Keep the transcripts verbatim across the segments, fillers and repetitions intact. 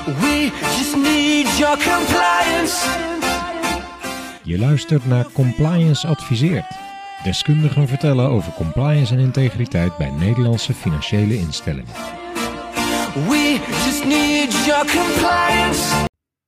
We just need your compliance. Je luistert naar Compliance Adviseert. Deskundigen vertellen over compliance en integriteit bij Nederlandse financiële instellingen. We just need your compliance.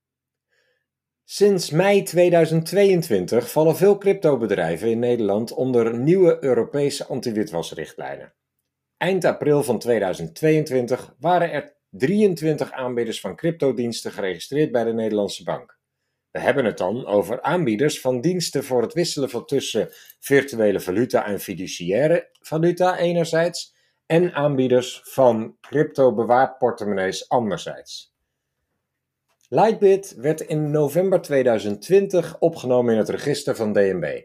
Sinds mei tweeduizend tweeëntwintig vallen veel cryptobedrijven in Nederland onder nieuwe Europese anti-witwasrichtlijnen. Eind april van tweeduizend tweeëntwintig waren er drieëntwintig aanbieders van cryptodiensten geregistreerd bij de Nederlandse Bank. We hebben het dan over aanbieders van diensten voor het wisselen van tussen virtuele valuta en fiduciaire valuta enerzijds en aanbieders van crypto-bewaarportemonnees anderzijds. Lightbit werd in november tweeduizend twintig opgenomen in het register van D N B.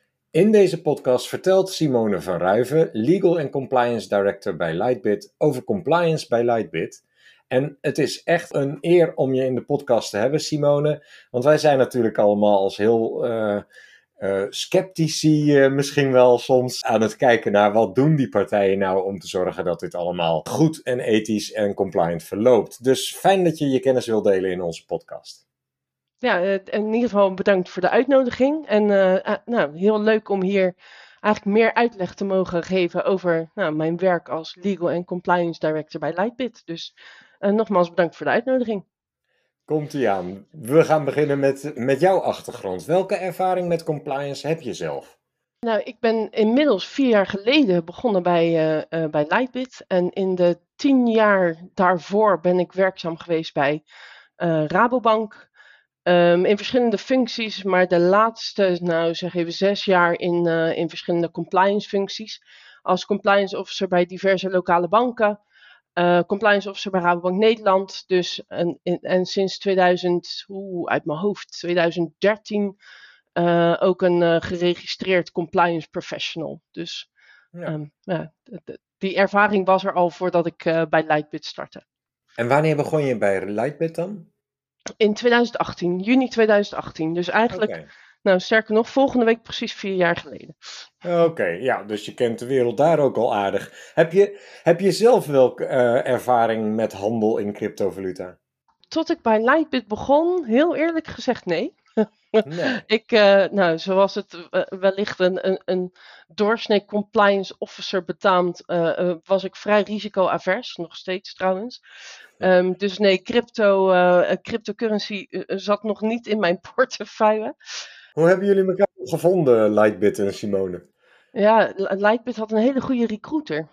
In deze podcast vertelt Simone van Ruiven, Legal and Compliance Director bij Lightbit, over compliance bij Lightbit. En het is echt een eer om je in de podcast te hebben, Simone. Want wij zijn natuurlijk allemaal als heel uh, uh, sceptici uh, misschien wel soms aan het kijken naar wat doen die partijen nou om te zorgen dat dit allemaal goed en ethisch en compliant verloopt. Dus fijn dat je je kennis wilt delen in onze podcast. Ja, in ieder geval bedankt voor de uitnodiging. En uh, nou, heel leuk om hier eigenlijk meer uitleg te mogen geven over nou, mijn werk als Legal and Compliance Director bij Lightbit. Dus uh, nogmaals bedankt voor de uitnodiging. Komt-ie aan. We gaan beginnen met, met jouw achtergrond. Welke ervaring met compliance heb je zelf? Nou, ik ben inmiddels vier jaar geleden begonnen bij, uh, uh, bij Lightbit. En in de tien jaar daarvoor ben ik werkzaam geweest bij uh, Rabobank. Um, in verschillende functies, maar de laatste, nou zeg even zes jaar in, uh, in verschillende compliance functies. Als compliance officer bij diverse lokale banken, uh, compliance officer bij Rabobank Nederland. Dus, en, en sinds tweeduizend, oeh, uit mijn hoofd, tweeduizend dertien uh, ook een uh, geregistreerd compliance professional. Dus ja. Um, ja, d- d- die ervaring was er al voordat ik uh, bij Lightbit startte. En wanneer begon je bij Lightbit dan? In tweeduizend achttien, juni tweeduizend achttien. Dus eigenlijk, okay. nou sterker nog, volgende week precies vier jaar geleden. Oké, okay, ja, dus je kent de wereld daar ook al aardig. Heb je, heb je zelf welke uh, ervaring met handel in cryptovaluta? Tot ik bij Lightbit begon, heel eerlijk gezegd nee. nee. ik, uh, nou, zoals het uh, wellicht een, een, een doorsnee compliance officer betaamt, uh, uh, was ik vrij risico-avers, nog steeds trouwens. Um, dus nee, crypto, uh, cryptocurrency uh, zat nog niet in mijn portefeuille. Hoe hebben jullie elkaar gevonden, Lightbit en Simone? Ja, Lightbit had een hele goede recruiter.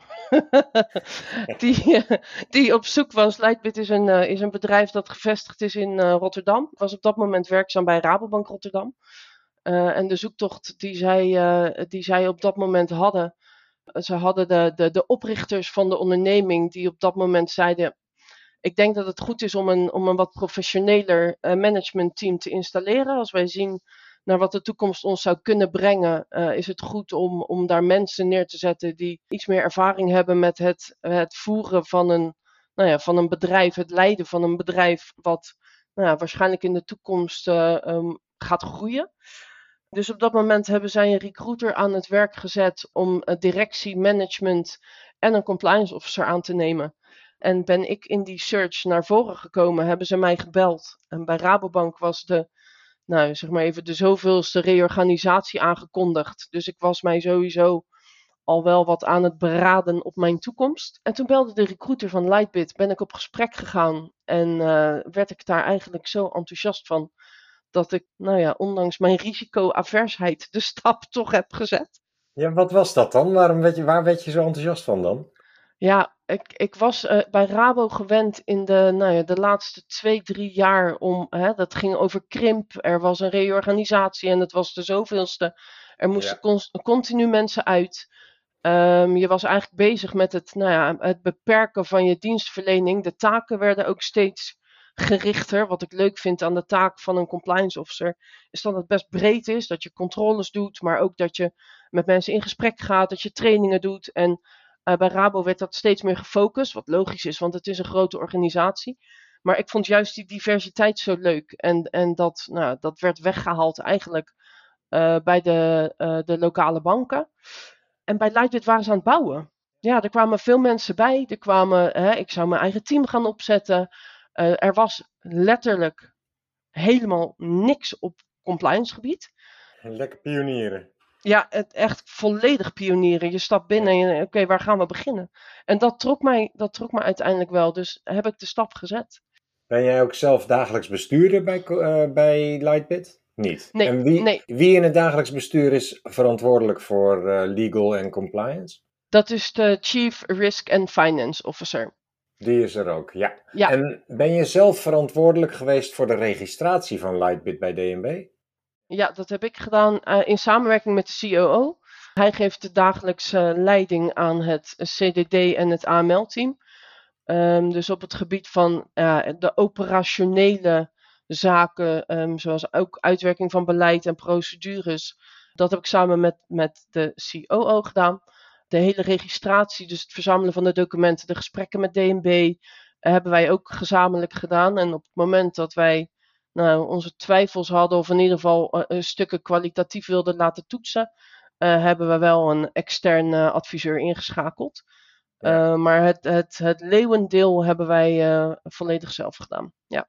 die, uh, die op zoek was. Lightbit is een, uh, is een bedrijf dat gevestigd is in uh, Rotterdam. Ik was op dat moment werkzaam bij Rabobank Rotterdam. Uh, en de zoektocht die zij, uh, die zij op dat moment hadden. Ze hadden de, de, de oprichters van de onderneming die op dat moment zeiden: ik denk dat het goed is om een, om een wat professioneler uh, managementteam te installeren. Als wij zien naar wat de toekomst ons zou kunnen brengen, uh, is het goed om, om daar mensen neer te zetten die iets meer ervaring hebben met het, het voeren van een, nou ja, van een bedrijf, het leiden van een bedrijf wat nou ja, waarschijnlijk in de toekomst uh, um, gaat groeien. Dus op dat moment hebben zij een recruiter aan het werk gezet om uh, directie, management en een compliance officer aan te nemen. En ben ik in die search naar voren gekomen, hebben ze mij gebeld. En bij Rabobank was de, nou zeg maar even, de zoveelste reorganisatie aangekondigd. Dus ik was mij sowieso al wel wat aan het beraden op mijn toekomst. En toen belde de recruiter van Lightbit, ben ik op gesprek gegaan. En uh, werd ik daar eigenlijk zo enthousiast van, dat ik, nou ja, ondanks mijn risico-aversheid de stap toch heb gezet. Ja, wat was dat dan? Waarom werd je, waar werd je zo enthousiast van dan? Ja, ik, ik was uh, bij Rabo gewend in de, nou ja, de laatste twee, drie jaar om, hè, dat ging over krimp, er was een reorganisatie en het was de zoveelste. Er moesten ja. con- continu mensen uit. Um, je was eigenlijk bezig met het, nou ja, het beperken van je dienstverlening. De taken werden ook steeds gerichter. Wat ik leuk vind aan de taak van een compliance officer, is dat het best breed is. Dat je controles doet, maar ook dat je met mensen in gesprek gaat, dat je trainingen doet. En Uh, bij Rabo werd dat steeds meer gefocust, wat logisch is, want het is een grote organisatie. Maar ik vond juist die diversiteit zo leuk. En, en dat, nou, dat werd weggehaald eigenlijk uh, bij de, uh, de lokale banken. En bij Lightbit waren ze aan het bouwen. Ja, er kwamen veel mensen bij. Er kwamen, hè, ik zou mijn eigen team gaan opzetten. Uh, er was letterlijk helemaal niks op compliance gebied. Lekker pionieren. Ja, het echt volledig pionieren. Je stapt binnen en oké, okay, waar gaan we beginnen? En dat trok, mij, dat trok mij uiteindelijk wel, dus heb ik de stap gezet. Ben jij ook zelf dagelijks bestuurder bij, uh, bij Lightbit? Niet. Nee, en wie, nee. wie in het dagelijks bestuur is verantwoordelijk voor uh, legal en compliance? Dat is de Chief Risk and Finance Officer. Die is er ook, ja. ja. En ben je zelf verantwoordelijk geweest voor de registratie van Lightbit bij D N B? Ja, dat heb ik gedaan uh, in samenwerking met de C O O. Hij geeft de dagelijkse leiding aan het C D D en het A M L-team. Um, dus op het gebied van uh, de operationele zaken, um, zoals ook uitwerking van beleid en procedures. Dat heb ik samen met, met de C O O gedaan. De hele registratie, dus het verzamelen van de documenten, de gesprekken met D N B, uh, hebben wij ook gezamenlijk gedaan. En op het moment dat wij nou, onze twijfels hadden, of in ieder geval uh, stukken kwalitatief wilden laten toetsen, uh, hebben we wel een externe adviseur ingeschakeld. Ja. Uh, maar het, het, het leeuwendeel hebben wij uh, volledig zelf gedaan. Ja.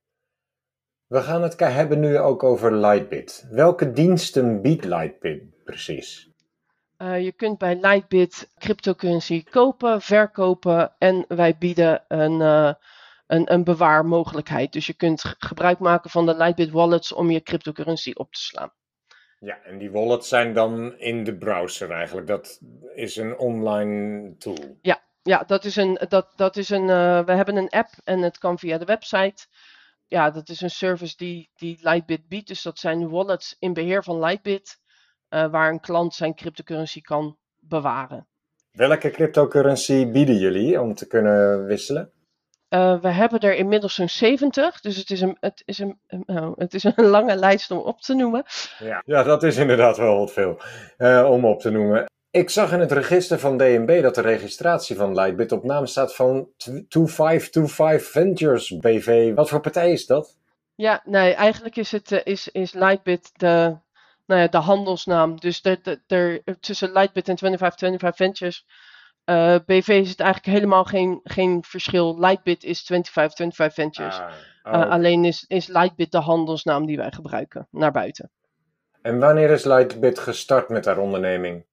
We gaan het hebben nu ook over Lightbit. Welke diensten biedt Lightbit precies? Uh, je kunt bij Lightbit cryptocurrency kopen, verkopen en wij bieden een, uh, een, een bewaarmogelijkheid. Dus je kunt g- gebruik maken van de Lightbit wallets om je cryptocurrency op te slaan. Ja, en die wallets zijn dan in de browser eigenlijk. Dat is een online tool. Ja, ja dat is een, dat, dat is een uh, we hebben een app en het kan via de website. Ja, dat is een service die, die Lightbit biedt. Dus dat zijn wallets in beheer van Lightbit, uh, waar een klant zijn cryptocurrency kan bewaren. Welke cryptocurrency bieden jullie om te kunnen wisselen? Uh, we hebben er inmiddels zo'n zeventig, dus het is een, het is een, uh, het is een lange lijst om op te noemen. Ja, ja dat is inderdaad wel wat veel uh, om op te noemen. Ik zag in het register van D N B dat de registratie van Lightbit op naam staat van twee vijf twee vijf Ventures B V. Wat voor partij is dat? Ja, nee, eigenlijk is, het, uh, is, is Lightbit de, nou ja, de handelsnaam. Dus de, de, de, tussen Lightbit en vijfentwintig vijfentwintig Ventures uh, B V is het eigenlijk helemaal geen, geen verschil. Lightbit is vijfentwintig vijfentwintig Ventures. Ah, oh, uh, okay. Alleen is, is Lightbit de handelsnaam die wij gebruiken naar buiten. En wanneer is Lightbit gestart met haar onderneming?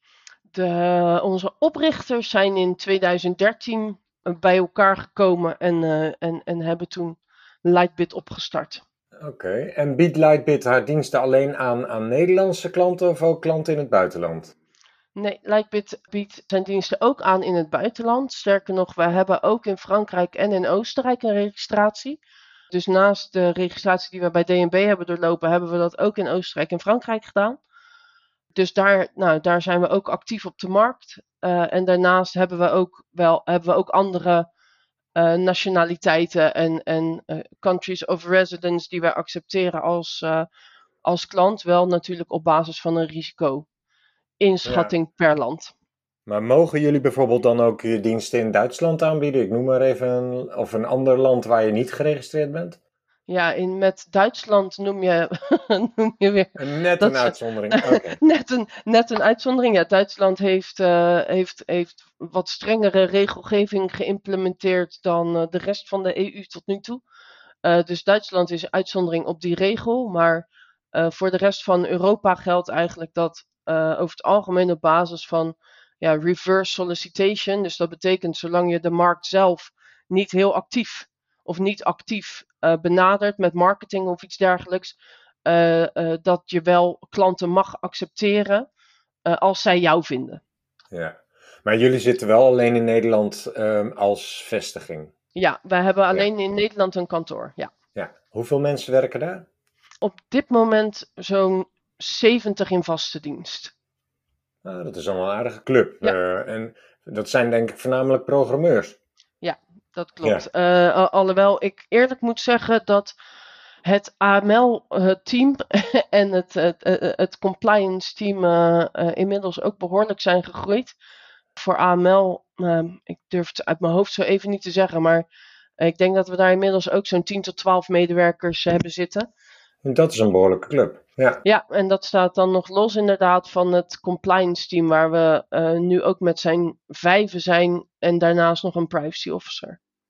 De, onze oprichters zijn in twintig dertien bij elkaar gekomen en, uh, en, en hebben toen Lightbit opgestart. Oké, okay. En biedt Lightbit haar diensten alleen aan aan Nederlandse klanten of ook klanten in het buitenland? Nee, Lightbit biedt zijn diensten ook aan in het buitenland. Sterker nog, we hebben ook in Frankrijk en in Oostenrijk een registratie. Dus naast de registratie die we bij D N B hebben doorlopen, hebben we dat ook in Oostenrijk en Frankrijk gedaan. Dus daar, nou, daar zijn we ook actief op de markt. Uh, en daarnaast hebben we ook, wel, hebben we ook andere uh, nationaliteiten en, en uh, countries of residence die wij accepteren als, uh, als klant. Wel natuurlijk op basis van een risico-inschatting ja. per land. Maar mogen jullie bijvoorbeeld dan ook je diensten in Duitsland aanbieden? Ik noem maar even een, of een ander land waar je niet geregistreerd bent? Ja, in, met Duitsland noem je, noem je weer... Net een uitzondering. Okay. net, een, net een uitzondering, ja. Duitsland heeft, uh, heeft, heeft wat strengere regelgeving geïmplementeerd dan uh, de rest van de E U tot nu toe. Uh, dus Duitsland is een uitzondering op die regel. Maar uh, voor de rest van Europa geldt eigenlijk dat uh, over het algemeen op basis van ja, reverse solicitation. Dus dat betekent zolang je de markt zelf niet heel actief of niet actief uh, benadert met marketing of iets dergelijks, uh, uh, dat je wel klanten mag accepteren uh, als zij jou vinden. Ja, maar jullie zitten wel alleen in Nederland uh, als vestiging? Ja, wij hebben alleen ja. in Nederland een kantoor, ja. Ja. Hoeveel mensen werken daar? Op dit moment zo'n zeventig in vaste dienst. Nou, dat is al een aardige club. Ja. Uh, en dat zijn denk ik voornamelijk programmeurs. Ja, dat klopt. Ja. Uh, alhoewel ik eerlijk moet zeggen dat het A M L-team en het, het, het compliance-team uh, uh, inmiddels ook behoorlijk zijn gegroeid. Voor A M L, uh, ik durf het uit mijn hoofd zo even niet te zeggen, maar ik denk dat we daar inmiddels ook zo'n tien tot twaalf medewerkers uh, hebben zitten. Dat is een behoorlijke club, ja. Ja, en dat staat dan nog los inderdaad van het compliance team, waar we uh, nu ook met zijn vijven zijn en daarnaast nog een privacy officer.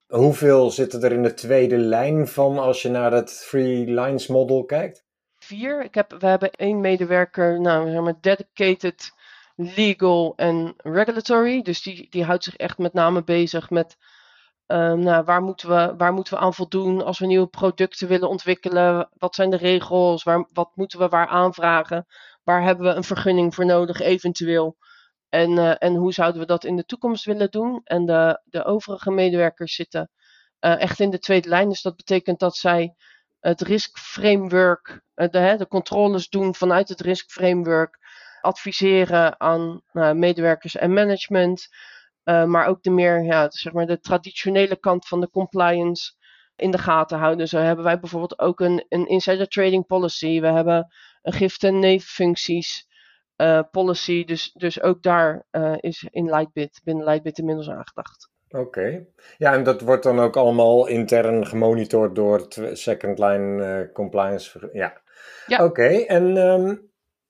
Hoeveel zitten er in de tweede lijn van als je naar het Three Lines model kijkt? Vier. Ik heb, we hebben één medewerker, nou, zeg maar, dedicated legal en regulatory. Dus die, die houdt zich echt met name bezig met uh, nou, waar, moeten we, waar moeten we aan voldoen als we nieuwe producten willen ontwikkelen. Wat zijn de regels? Waar, wat moeten we waar aanvragen? Waar hebben we een vergunning voor nodig eventueel? En, uh, en hoe zouden we dat in de toekomst willen doen? En de, de overige medewerkers zitten uh, echt in de tweede lijn. Dus dat betekent dat zij het risk framework, uh, de, de controles doen vanuit het risk framework, adviseren aan uh, medewerkers en management, uh, maar ook de meer, ja, zeg maar de traditionele kant van de compliance in de gaten houden. Zo hebben wij bijvoorbeeld ook een, een insider trading policy. We hebben een gift- en neeffuncties uh, policy. Dus, dus ook daar uh, is in Lightbit, binnen Lightbit inmiddels aangedacht. Oké. Okay. Ja, en dat wordt dan ook allemaal intern gemonitord door second line uh, compliance. Ja. ja. Oké, okay. en um,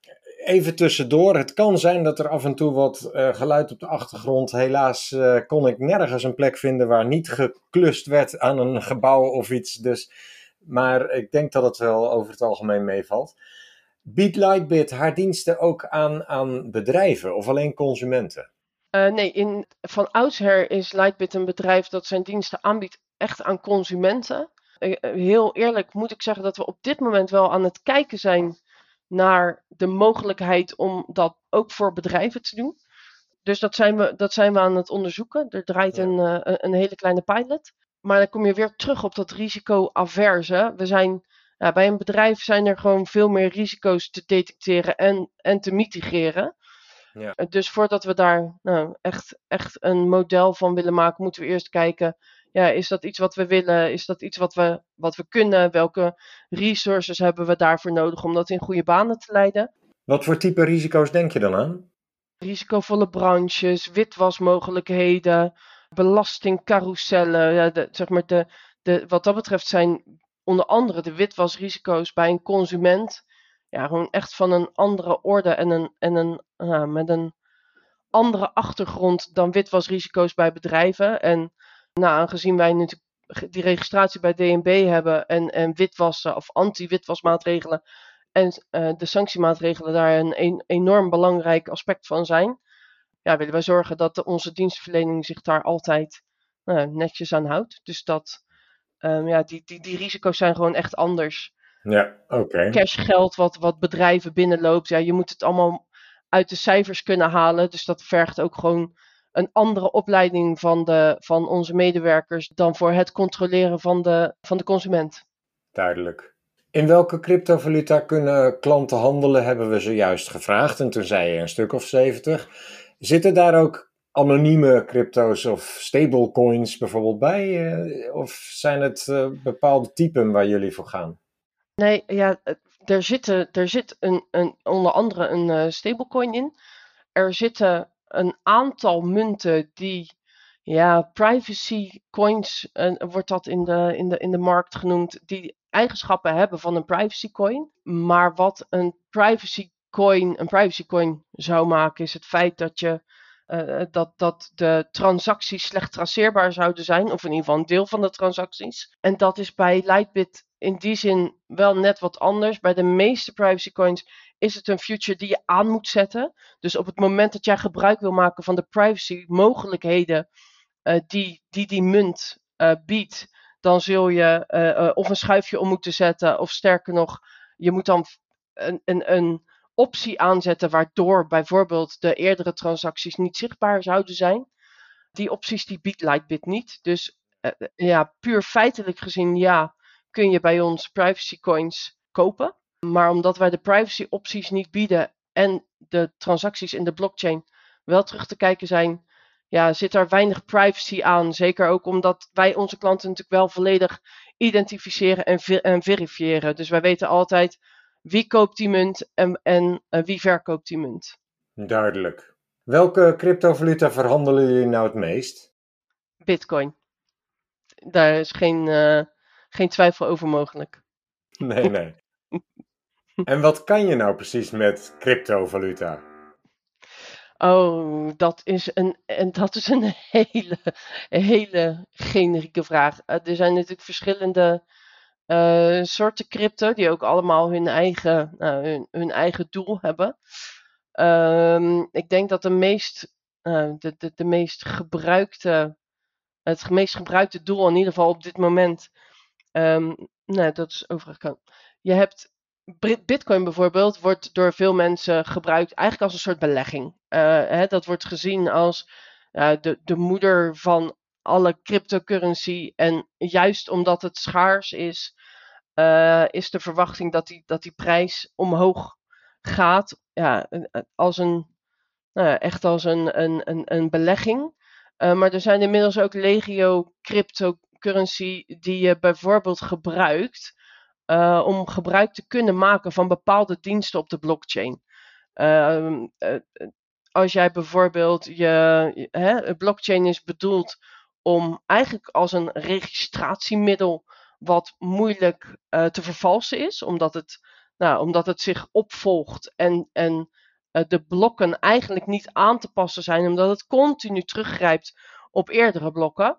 even tussendoor. Het kan zijn dat er af en toe wat uh, geluid op de achtergrond. Helaas uh, kon ik nergens een plek vinden waar niet geklust werd aan een gebouw of iets. Dus, maar ik denk dat het wel over het algemeen meevalt. Biedt Lightbit haar diensten ook aan, aan bedrijven of alleen consumenten? Uh, nee, in, van oudsher is Lightbit een bedrijf dat zijn diensten aanbiedt echt aan consumenten. Uh, heel eerlijk moet ik zeggen dat we op dit moment wel aan het kijken zijn naar de mogelijkheid om dat ook voor bedrijven te doen. Dus dat zijn we, dat zijn we aan het onderzoeken. Er draait ja. een, uh, een hele kleine pilot. Maar dan kom je weer terug op dat risico-averse. We zijn, ja, bij een bedrijf zijn er gewoon veel meer risico's te detecteren en, en te mitigeren. Ja. Dus voordat we daar nou, echt, echt een model van willen maken, moeten we eerst kijken, ja, is dat iets wat we willen? Is dat iets wat we, wat we kunnen? Welke resources hebben we daarvoor nodig om dat in goede banen te leiden? Wat voor type risico's denk je dan aan? Risicovolle branches, witwasmogelijkheden, belastingcarousellen. Ja, de, zeg maar de, de, wat dat betreft zijn onder andere de witwasrisico's bij een consument ja, gewoon echt van een andere orde en, een, en een, uh, met een andere achtergrond dan witwasrisico's bij bedrijven. En nou, aangezien wij natuurlijk die registratie bij D N B hebben en, en witwassen of anti-witwasmaatregelen en uh, de sanctiemaatregelen daar een, een enorm belangrijk aspect van zijn, ja, willen wij zorgen dat de, onze dienstverlening zich daar altijd uh, netjes aan houdt. Dus dat, um, ja, die, die, die risico's zijn gewoon echt anders. Ja, oké. Okay. Cashgeld wat, wat bedrijven binnenloopt, ja, je moet het allemaal uit de cijfers kunnen halen. Dus dat vergt ook gewoon een andere opleiding van, de, van onze medewerkers dan voor het controleren van de, van de consument. Duidelijk. In welke cryptovaluta kunnen klanten handelen, hebben we zojuist gevraagd. En toen zei je een stuk of zeventig. Zitten daar ook anonieme crypto's of stablecoins bijvoorbeeld bij? Of zijn het uh, bepaalde typen waar jullie voor gaan? Nee, ja, er, zitten, er zit een, een, onder andere een uh, stablecoin in. Er zitten een aantal munten die, ja, privacy coins, uh, wordt dat in de, in, de, in de markt genoemd, die eigenschappen hebben van een privacy coin. Maar wat een privacy coin een privacy coin zou maken, is het feit dat je uh, dat, dat de transacties slecht traceerbaar zouden zijn, of in ieder geval een deel van de transacties. En dat is bij Lightbit in die zin wel net wat anders. Bij de meeste privacy coins is het een feature die je aan moet zetten. Dus op het moment dat jij gebruik wil maken van de privacy mogelijkheden uh, die, die die munt uh, biedt, dan zul je uh, uh, of een schuifje om moeten zetten, of sterker nog, je moet dan een, een, een optie aanzetten waardoor bijvoorbeeld de eerdere transacties niet zichtbaar zouden zijn. Die opties die biedt Lightbit niet. Dus uh, ja, puur feitelijk gezien ja, kun je bij ons privacy coins kopen. Maar omdat wij de privacy opties niet bieden en de transacties in de blockchain wel terug te kijken zijn, ja, zit er weinig privacy aan. Zeker ook omdat wij onze klanten natuurlijk wel volledig identificeren en, ver- en verifiëren. Dus wij weten altijd wie koopt die munt en, en uh, wie verkoopt die munt. Duidelijk. Welke cryptovaluta verhandelen jullie nou het meest? Bitcoin. Daar is geen, uh, geen twijfel over mogelijk. Nee, nee. En wat kan je nou precies met cryptovaluta? Oh, dat is een, en dat is een hele, hele generieke vraag. Uh, er zijn natuurlijk verschillende uh, soorten crypto die ook allemaal hun eigen, uh, hun, hun eigen doel hebben. Um, ik denk dat de meest, uh, de, de, de meest gebruikte, het meest gebruikte doel in ieder geval op dit moment, um, nee, dat is overigens. Je hebt Bitcoin bijvoorbeeld wordt door veel mensen gebruikt eigenlijk als een soort belegging. Uh, hè, dat wordt gezien als uh, de, de moeder van alle cryptocurrency. En juist omdat het schaars is, uh, is de verwachting dat die, dat die prijs omhoog gaat. Ja, als een, nou ja, echt als een, een, een, een belegging. Uh, maar er zijn inmiddels ook legio cryptocurrency die je bijvoorbeeld gebruikt Uh, om gebruik te kunnen maken van bepaalde diensten op de blockchain. Uh, uh, als jij bijvoorbeeld je, je hè, blockchain is bedoeld om eigenlijk als een registratiemiddel wat moeilijk uh, te vervalsen is, omdat het, nou, omdat het zich opvolgt en, en uh, de blokken eigenlijk niet aan te passen zijn, omdat het continu teruggrijpt op eerdere blokken.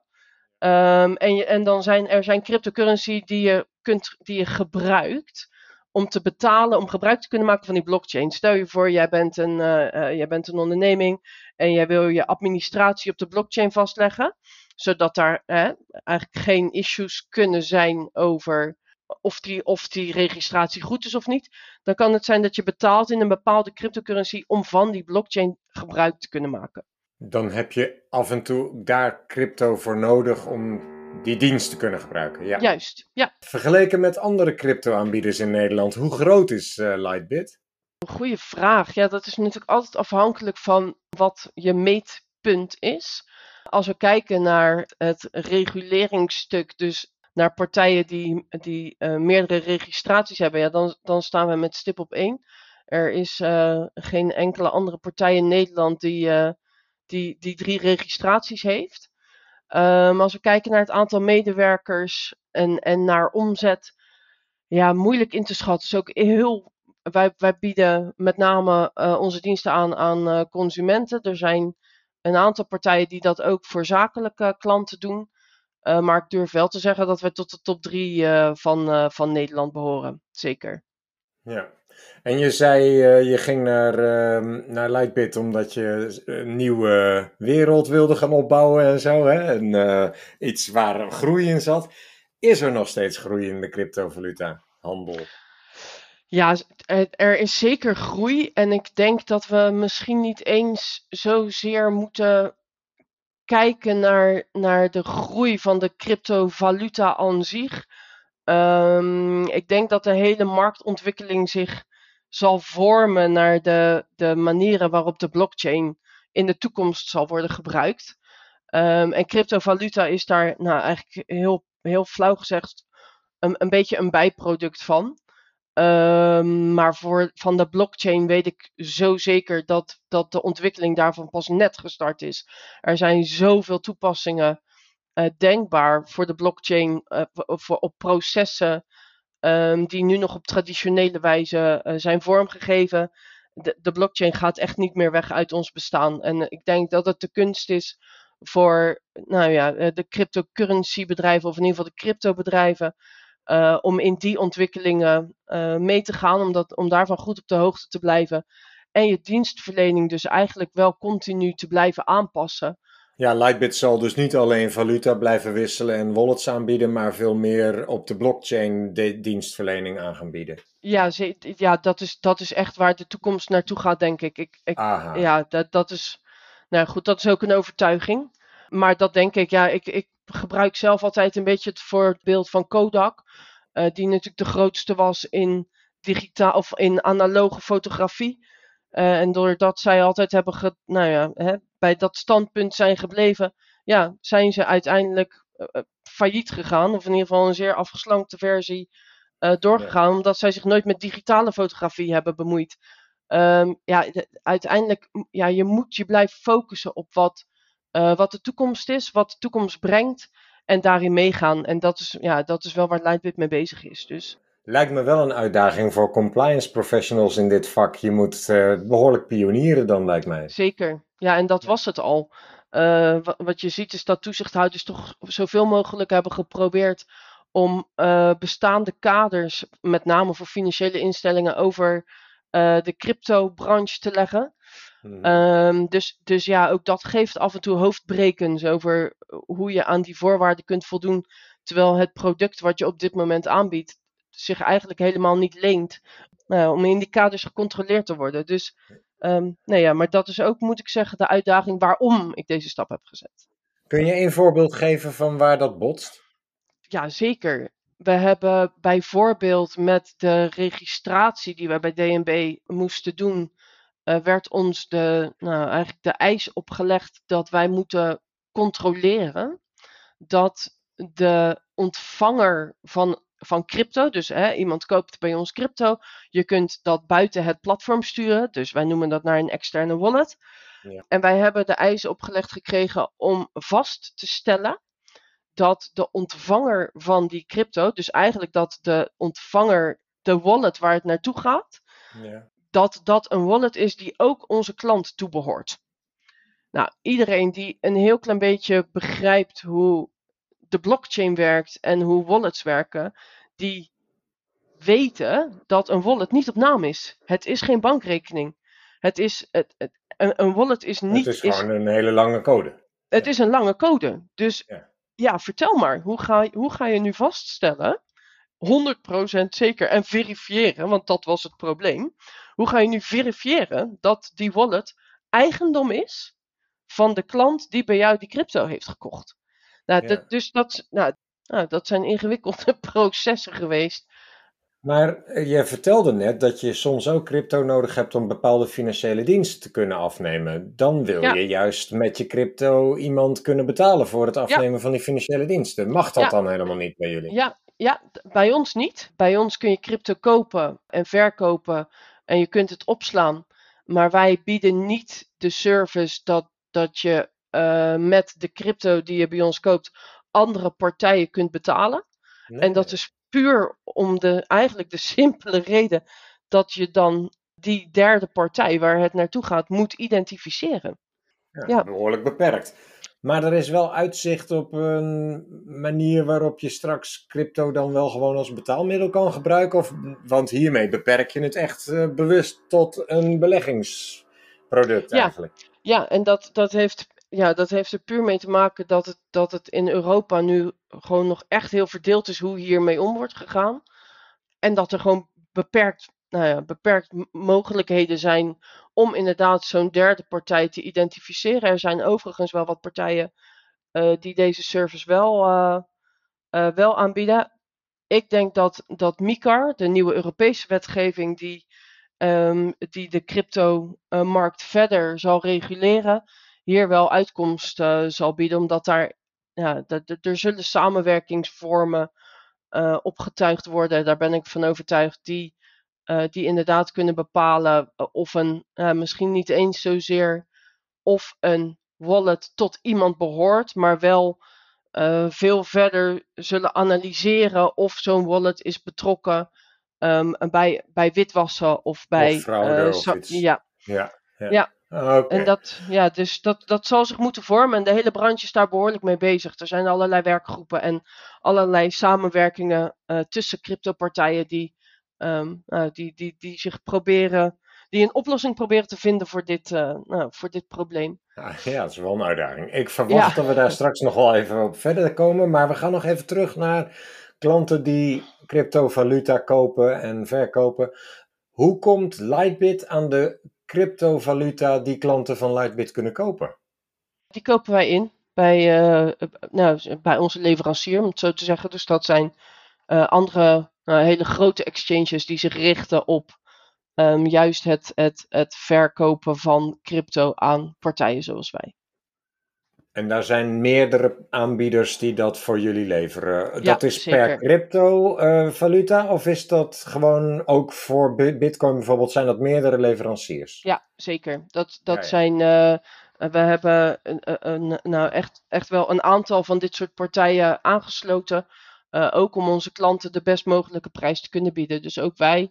Um, en, je, en dan zijn er zijn cryptocurrency die je, kunt, die je gebruikt om te betalen, om gebruik te kunnen maken van die blockchain. Stel je voor, jij bent een, uh, uh, jij bent een onderneming en jij wil je administratie op de blockchain vastleggen, zodat daar uh, eigenlijk geen issues kunnen zijn over of die, of die registratie goed is of niet. Dan kan het zijn dat je betaalt in een bepaalde cryptocurrency om van die blockchain gebruik te kunnen maken. Dan heb je af en toe daar crypto voor nodig om die dienst te kunnen gebruiken. Ja. Juist, ja. Vergeleken met andere crypto-aanbieders in Nederland, hoe groot is uh, Lightbit? Een goede vraag. Ja, dat is natuurlijk altijd afhankelijk van wat je meetpunt is. Als we kijken naar het reguleringsstuk, dus naar partijen die, die uh, meerdere registraties hebben, ja, dan, dan staan we met stip op één. Er is uh, geen enkele andere partij in Nederland die, uh, die, die drie registraties heeft. Um, als we kijken naar het aantal medewerkers en, en naar omzet, ja, moeilijk in te schatten. Is ook heel, wij, wij bieden met name uh, onze diensten aan aan uh, consumenten. Er zijn een aantal partijen die dat ook voor zakelijke klanten doen. Uh, maar ik durf wel te zeggen dat we tot de top drie uh, van, uh, van Nederland behoren. Zeker. Ja. En je zei, uh, je ging naar, uh, naar Lightbit omdat je een nieuwe wereld wilde gaan opbouwen en zo. Hè? En uh, iets waar groei in zat. Is er nog steeds groei in de cryptovaluta handel? Ja, er is zeker groei. En ik denk dat we misschien niet eens zozeer moeten kijken naar, naar de groei van de cryptovaluta aan zich. Um, ik denk dat de hele marktontwikkeling zich zal vormen naar de, de manieren waarop de blockchain in de toekomst zal worden gebruikt. Um, en cryptovaluta is daar nou eigenlijk heel, heel flauw gezegd een, een beetje een bijproduct van. Um, maar voor, van de blockchain weet ik zo zeker dat, dat de ontwikkeling daarvan pas net gestart is. Er zijn zoveel toepassingen uh, denkbaar voor de blockchain, uh, voor, op processen um, die nu nog op traditionele wijze uh, zijn vormgegeven. De, de blockchain gaat echt niet meer weg uit ons bestaan. En uh, ik denk dat het de kunst is voor nou ja, de cryptocurrency bedrijven, of in ieder geval de crypto bedrijven, Uh, om in die ontwikkelingen uh, mee te gaan, om, dat, om daarvan goed op de hoogte te blijven. En je dienstverlening dus eigenlijk wel continu te blijven aanpassen. Ja, Lightbit zal dus niet alleen valuta blijven wisselen en wallets aanbieden, maar veel meer op de blockchain de dienstverlening aan gaan bieden. Ja, ze, ja dat, is, dat is echt waar de toekomst naartoe gaat, denk ik. ik, ik ja, dat, dat is, nou goed, dat is ook een overtuiging. Maar dat denk ik, ja, ik, ik gebruik zelf altijd een beetje het voorbeeld van Kodak. Uh, die natuurlijk de grootste was in digitaal of in analoge fotografie. Uh, en doordat zij altijd hebben ge, nou ja, hè, bij dat standpunt zijn gebleven, ja, zijn ze uiteindelijk uh, failliet gegaan. Of in ieder geval een zeer afgeslankte versie uh, doorgegaan. Ja. Omdat zij zich nooit met digitale fotografie hebben bemoeid. Um, ja, de, uiteindelijk, ja, je moet je blijven focussen op wat, uh, wat de toekomst is, wat de toekomst brengt. En daarin meegaan. En dat is, ja, dat is wel waar Lightbit mee bezig is. Dus. Lijkt me wel een uitdaging voor compliance professionals in dit vak. Je moet uh, behoorlijk pionieren dan, lijkt mij. Zeker, ja, en dat was het al. Uh, wat, wat je ziet is dat toezichthouders toch zoveel mogelijk hebben geprobeerd om uh, bestaande kaders, met name voor financiële instellingen, over uh, de crypto-branche te leggen. Mm-hmm. Um, dus, dus ja, ook dat geeft af en toe hoofdbrekens over hoe je aan die voorwaarden kunt voldoen, terwijl het product wat je op dit moment aanbiedt zich eigenlijk helemaal niet leent uh, om in die kaders gecontroleerd te worden. Dus um, nee, ja, maar dat is ook, moet ik zeggen, de uitdaging waarom ik deze stap heb gezet. Kun je een voorbeeld geven van waar dat botst? Ja, zeker. We hebben bijvoorbeeld met de registratie die we bij D N B moesten doen, uh, werd ons de, nou, eigenlijk de eis opgelegd dat wij moeten controleren dat de ontvanger van, van crypto, dus hè, iemand koopt bij ons crypto, je kunt dat buiten het platform sturen, dus wij noemen dat naar een externe wallet. Ja. En wij hebben de eis opgelegd gekregen om vast te stellen dat de ontvanger van die crypto, dus eigenlijk dat de ontvanger, de wallet waar het naartoe gaat, ja. dat dat een wallet is die ook onze klant toebehoort. Nou, iedereen die een heel klein beetje begrijpt hoe de blockchain werkt en hoe wallets werken, die weten dat een wallet niet op naam is. Het is geen bankrekening. Het is, het, het, een, een wallet is niet... Het is gewoon is, een hele lange code. Het ja. is een lange code. Dus ja, ja vertel maar, hoe ga, hoe ga je nu vaststellen, honderd procent zeker, en verifiëren, want dat was het probleem. Hoe ga je nu verifiëren dat die wallet eigendom is van de klant die bij jou die crypto heeft gekocht? Nou, ja. dat, dus dat, nou, nou, dat zijn ingewikkelde processen geweest. Maar je vertelde net dat je soms ook crypto nodig hebt om bepaalde financiële diensten te kunnen afnemen. Dan wil ja. je juist met je crypto iemand kunnen betalen voor het afnemen ja. van die financiële diensten. Mag dat ja. dan helemaal niet bij jullie? Ja, ja, bij ons niet. Bij ons kun je crypto kopen en verkopen en je kunt het opslaan. Maar wij bieden niet de service dat, dat je uh, met de crypto die je bij ons koopt andere partijen kunt betalen. Nee. En dat is puur om de, eigenlijk de simpele reden dat je dan die derde partij waar het naartoe gaat moet identificeren. Ja, ja. Behoorlijk beperkt. Maar er is wel uitzicht op een manier waarop je straks crypto dan wel gewoon als betaalmiddel kan gebruiken? Of, want hiermee beperk je het echt uh, bewust tot een beleggingsproduct ja. eigenlijk. Ja, en dat, dat, heeft, ja, dat heeft er puur mee te maken dat het, dat het in Europa nu gewoon nog echt heel verdeeld is hoe hiermee om wordt gegaan. En dat er gewoon beperkt, nou ja, beperkt mogelijkheden zijn om inderdaad zo'n derde partij te identificeren. Er zijn overigens wel wat partijen uh, die deze service wel, uh, uh, wel aanbieden. Ik denk dat, dat MiCAR, de nieuwe Europese wetgeving die, um, die de crypto-markt uh, verder zal reguleren, hier wel uitkomst uh, zal bieden, omdat daar, ja, d- d- er zullen samenwerkingsvormen uh, opgetuigd worden. Daar ben ik van overtuigd, die, uh, die inderdaad kunnen bepalen of een, uh, misschien niet eens zozeer of een wallet tot iemand behoort, maar wel uh, veel verder zullen analyseren of zo'n wallet is betrokken um, bij, bij witwassen of bij of fraude uh, zo, of iets. Ja. Ja, ja. ja. Okay. En dat, ja, dus dat, dat zal zich moeten vormen en de hele branche is daar behoorlijk mee bezig. Er zijn allerlei werkgroepen en allerlei samenwerkingen uh, tussen cryptopartijen die, um, uh, die, die, die zich proberen, die een oplossing proberen te vinden voor dit, uh, nou, voor dit probleem. Ja, ja, dat is wel een uitdaging. Ik verwacht ja. dat we daar straks nog wel even op verder komen, maar we gaan nog even terug naar klanten die cryptovaluta kopen en verkopen. Hoe komt Lightbit aan de cryptovaluta die klanten van Lightbit kunnen kopen? Die kopen wij in bij, uh, nou, bij onze leverancier, om het zo te zeggen. Dus dat zijn uh, andere uh, hele grote exchanges die zich richten op um, juist het, het, het verkopen van crypto aan partijen zoals wij. En daar zijn meerdere aanbieders die dat voor jullie leveren. Ja, dat is zeker. Per cryptovaluta uh, of is dat gewoon ook voor Bitcoin bijvoorbeeld, zijn dat meerdere leveranciers? Ja, zeker. Dat, dat ja, ja. zijn, uh, we hebben een, een, nou echt, echt wel een aantal van dit soort partijen aangesloten. Uh, ook om onze klanten de best mogelijke prijs te kunnen bieden. Dus ook wij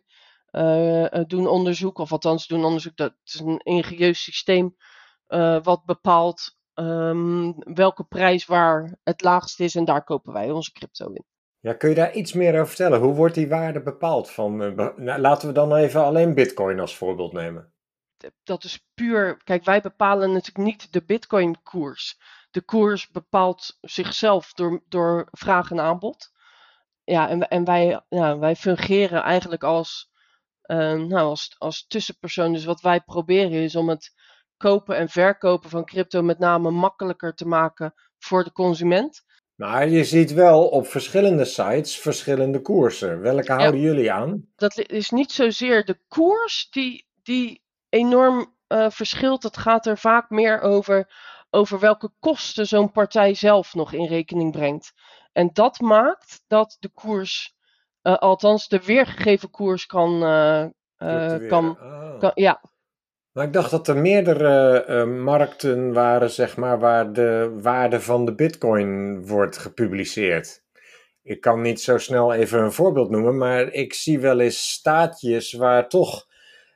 uh, doen onderzoek, of althans doen onderzoek, dat is een ingenieus systeem uh, wat bepaalt um, welke prijs waar het laagst is en daar kopen wij onze crypto in. Ja, kun je daar iets meer over vertellen? Hoe wordt die waarde bepaald? Van, uh, be- nou, laten we dan even alleen Bitcoin als voorbeeld nemen. Dat is puur, kijk, wij bepalen natuurlijk niet de Bitcoin koers. De koers bepaalt zichzelf door, door vraag en aanbod. Ja, en, en wij, ja, wij fungeren eigenlijk als, uh, nou, als, als tussenpersoon. Dus wat wij proberen is om het kopen en verkopen van crypto met name makkelijker te maken voor de consument. Maar je ziet wel op verschillende sites verschillende koersen. Welke Ja. houden jullie aan? Dat is niet zozeer de koers die, die enorm uh, verschilt. Het gaat er vaak meer over, over welke kosten zo'n partij zelf nog in rekening brengt. En dat maakt dat de koers, uh, althans de weergegeven koers, kan. Uh, uh, kan, oh. kan ja. Maar ik dacht dat er meerdere uh, markten waren, zeg maar, waar de waarde van de Bitcoin wordt gepubliceerd. Ik kan niet zo snel even een voorbeeld noemen, maar ik zie wel eens staatjes waar toch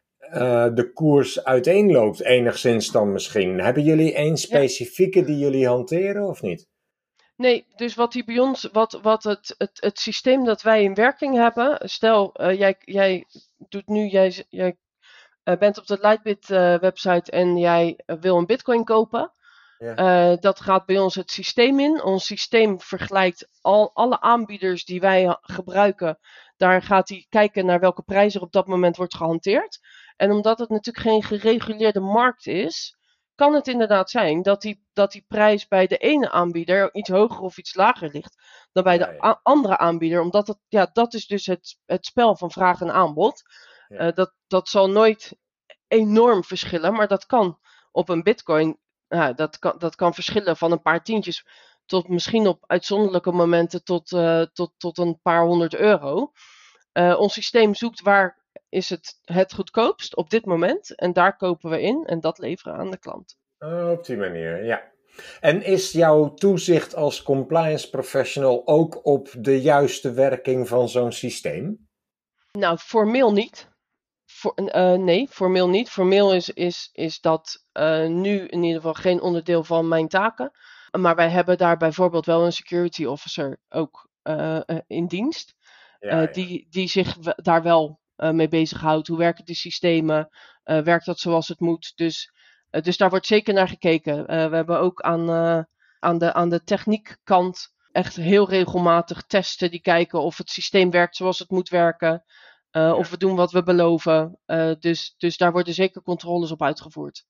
uh, de koers uiteenloopt, enigszins dan misschien. Hebben jullie één specifieke ja. die jullie hanteren of niet? Nee, dus wat die bij ons, wat, wat het, het, het systeem dat wij in werking hebben, stel uh, jij, jij doet nu, jij, jij uh, bent op de Lightbit uh, website en jij uh, wil een bitcoin kopen. Ja. Uh, dat gaat bij ons het systeem in. Ons systeem vergelijkt al, alle aanbieders die wij gebruiken. Daar gaat hij kijken naar welke prijs er op dat moment wordt gehanteerd. En omdat het natuurlijk geen gereguleerde markt is, kan het inderdaad zijn dat die, dat die prijs bij de ene aanbieder iets hoger of iets lager ligt dan bij de a- andere aanbieder. Omdat het, ja, dat is dus het, het spel van vraag en aanbod. Ja. Uh, dat, dat zal nooit enorm verschillen, maar dat kan op een bitcoin. Nou, dat, kan, dat kan verschillen van een paar tientjes tot misschien op uitzonderlijke momenten tot, uh, tot, tot een paar honderd euro. Uh, ons systeem zoekt waar is het het goedkoopst op dit moment en daar kopen we in en dat leveren we aan de klant. Oh, op die manier, ja. En is jouw toezicht als compliance professional ook op de juiste werking van zo'n systeem? Nou, formeel niet. For, uh, nee, formeel niet. Formeel is, is, is dat uh, nu in ieder geval geen onderdeel van mijn taken. Maar wij hebben daar bijvoorbeeld wel een security officer ook uh, uh, in dienst. Ja, uh, ja. Die, die zich w- daar wel uh, mee bezighoudt. Hoe werken de systemen? Uh, werkt dat zoals het moet? Dus, uh, dus daar wordt zeker naar gekeken. Uh, we hebben ook aan, uh, aan, de, aan de techniekkant echt heel regelmatig testen. Die kijken of het systeem werkt zoals het moet werken. Uh, ja. Of we doen wat we beloven. Uh, dus, dus daar worden zeker controles op uitgevoerd.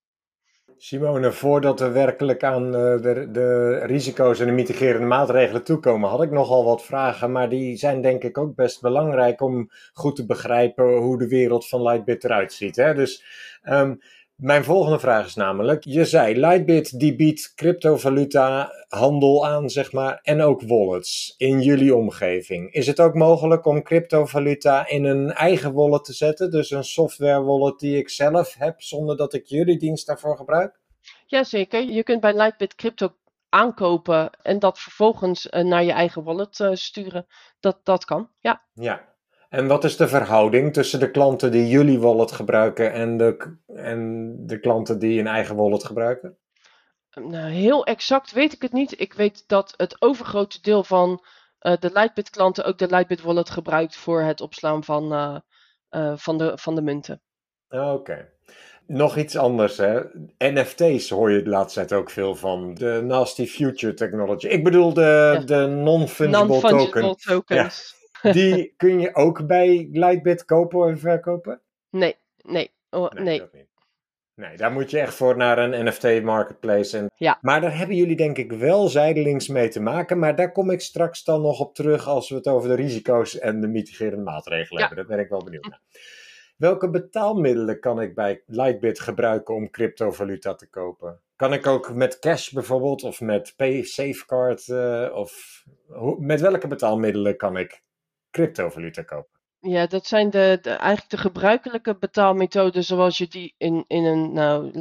Simone, voordat we werkelijk aan uh, de, de risico's en de mitigerende maatregelen toekomen, had ik nogal wat vragen, maar die zijn denk ik ook best belangrijk om goed te begrijpen hoe de wereld van Lightbit eruit ziet. Hè? Dus um, mijn volgende vraag is namelijk, je zei Lightbit die biedt cryptovaluta handel aan, zeg maar, en ook wallets in jullie omgeving. Is het ook mogelijk om cryptovaluta in een eigen wallet te zetten? Dus een software wallet die ik zelf heb zonder dat ik jullie dienst daarvoor gebruik? Jazeker, je kunt bij Lightbit crypto aankopen en dat vervolgens uh, naar je eigen wallet uh, sturen. Dat, dat kan, ja. Ja. En wat is de verhouding tussen de klanten die jullie wallet gebruiken en de, en de klanten die een eigen wallet gebruiken? Nou, heel exact weet ik het niet. Ik weet dat het overgrote deel van uh, de Lightbit klanten ook de Lightbit wallet gebruikt voor het opslaan van, uh, uh, van, de, van de munten. Oké. Okay. Nog iets anders, hè. N F T's hoor je de laatste tijd ook veel van. De Nasty Future Technology. Ik bedoel de, ja. de non-fungible, non-fungible token. tokens. Ja. Die kun je ook bij Lightbit kopen en verkopen? Nee, nee, oh, nee. nee. Dat niet. Nee, daar moet je echt voor naar een N F T marketplace. En... Ja. Maar daar hebben jullie denk ik wel zijdelings mee te maken. Maar daar kom ik straks dan nog op terug als we het over de risico's en de mitigerende maatregelen ja. hebben. Daar ben ik wel benieuwd naar. Welke betaalmiddelen kan ik bij Lightbit gebruiken om cryptovaluta te kopen? Kan ik ook met cash bijvoorbeeld of met PaySafeCard? Uh, of hoe, met welke betaalmiddelen kan ik cryptovaluta kopen? Ja, dat zijn de, de, eigenlijk de gebruikelijke betaalmethoden zoals je die in, in een, nou,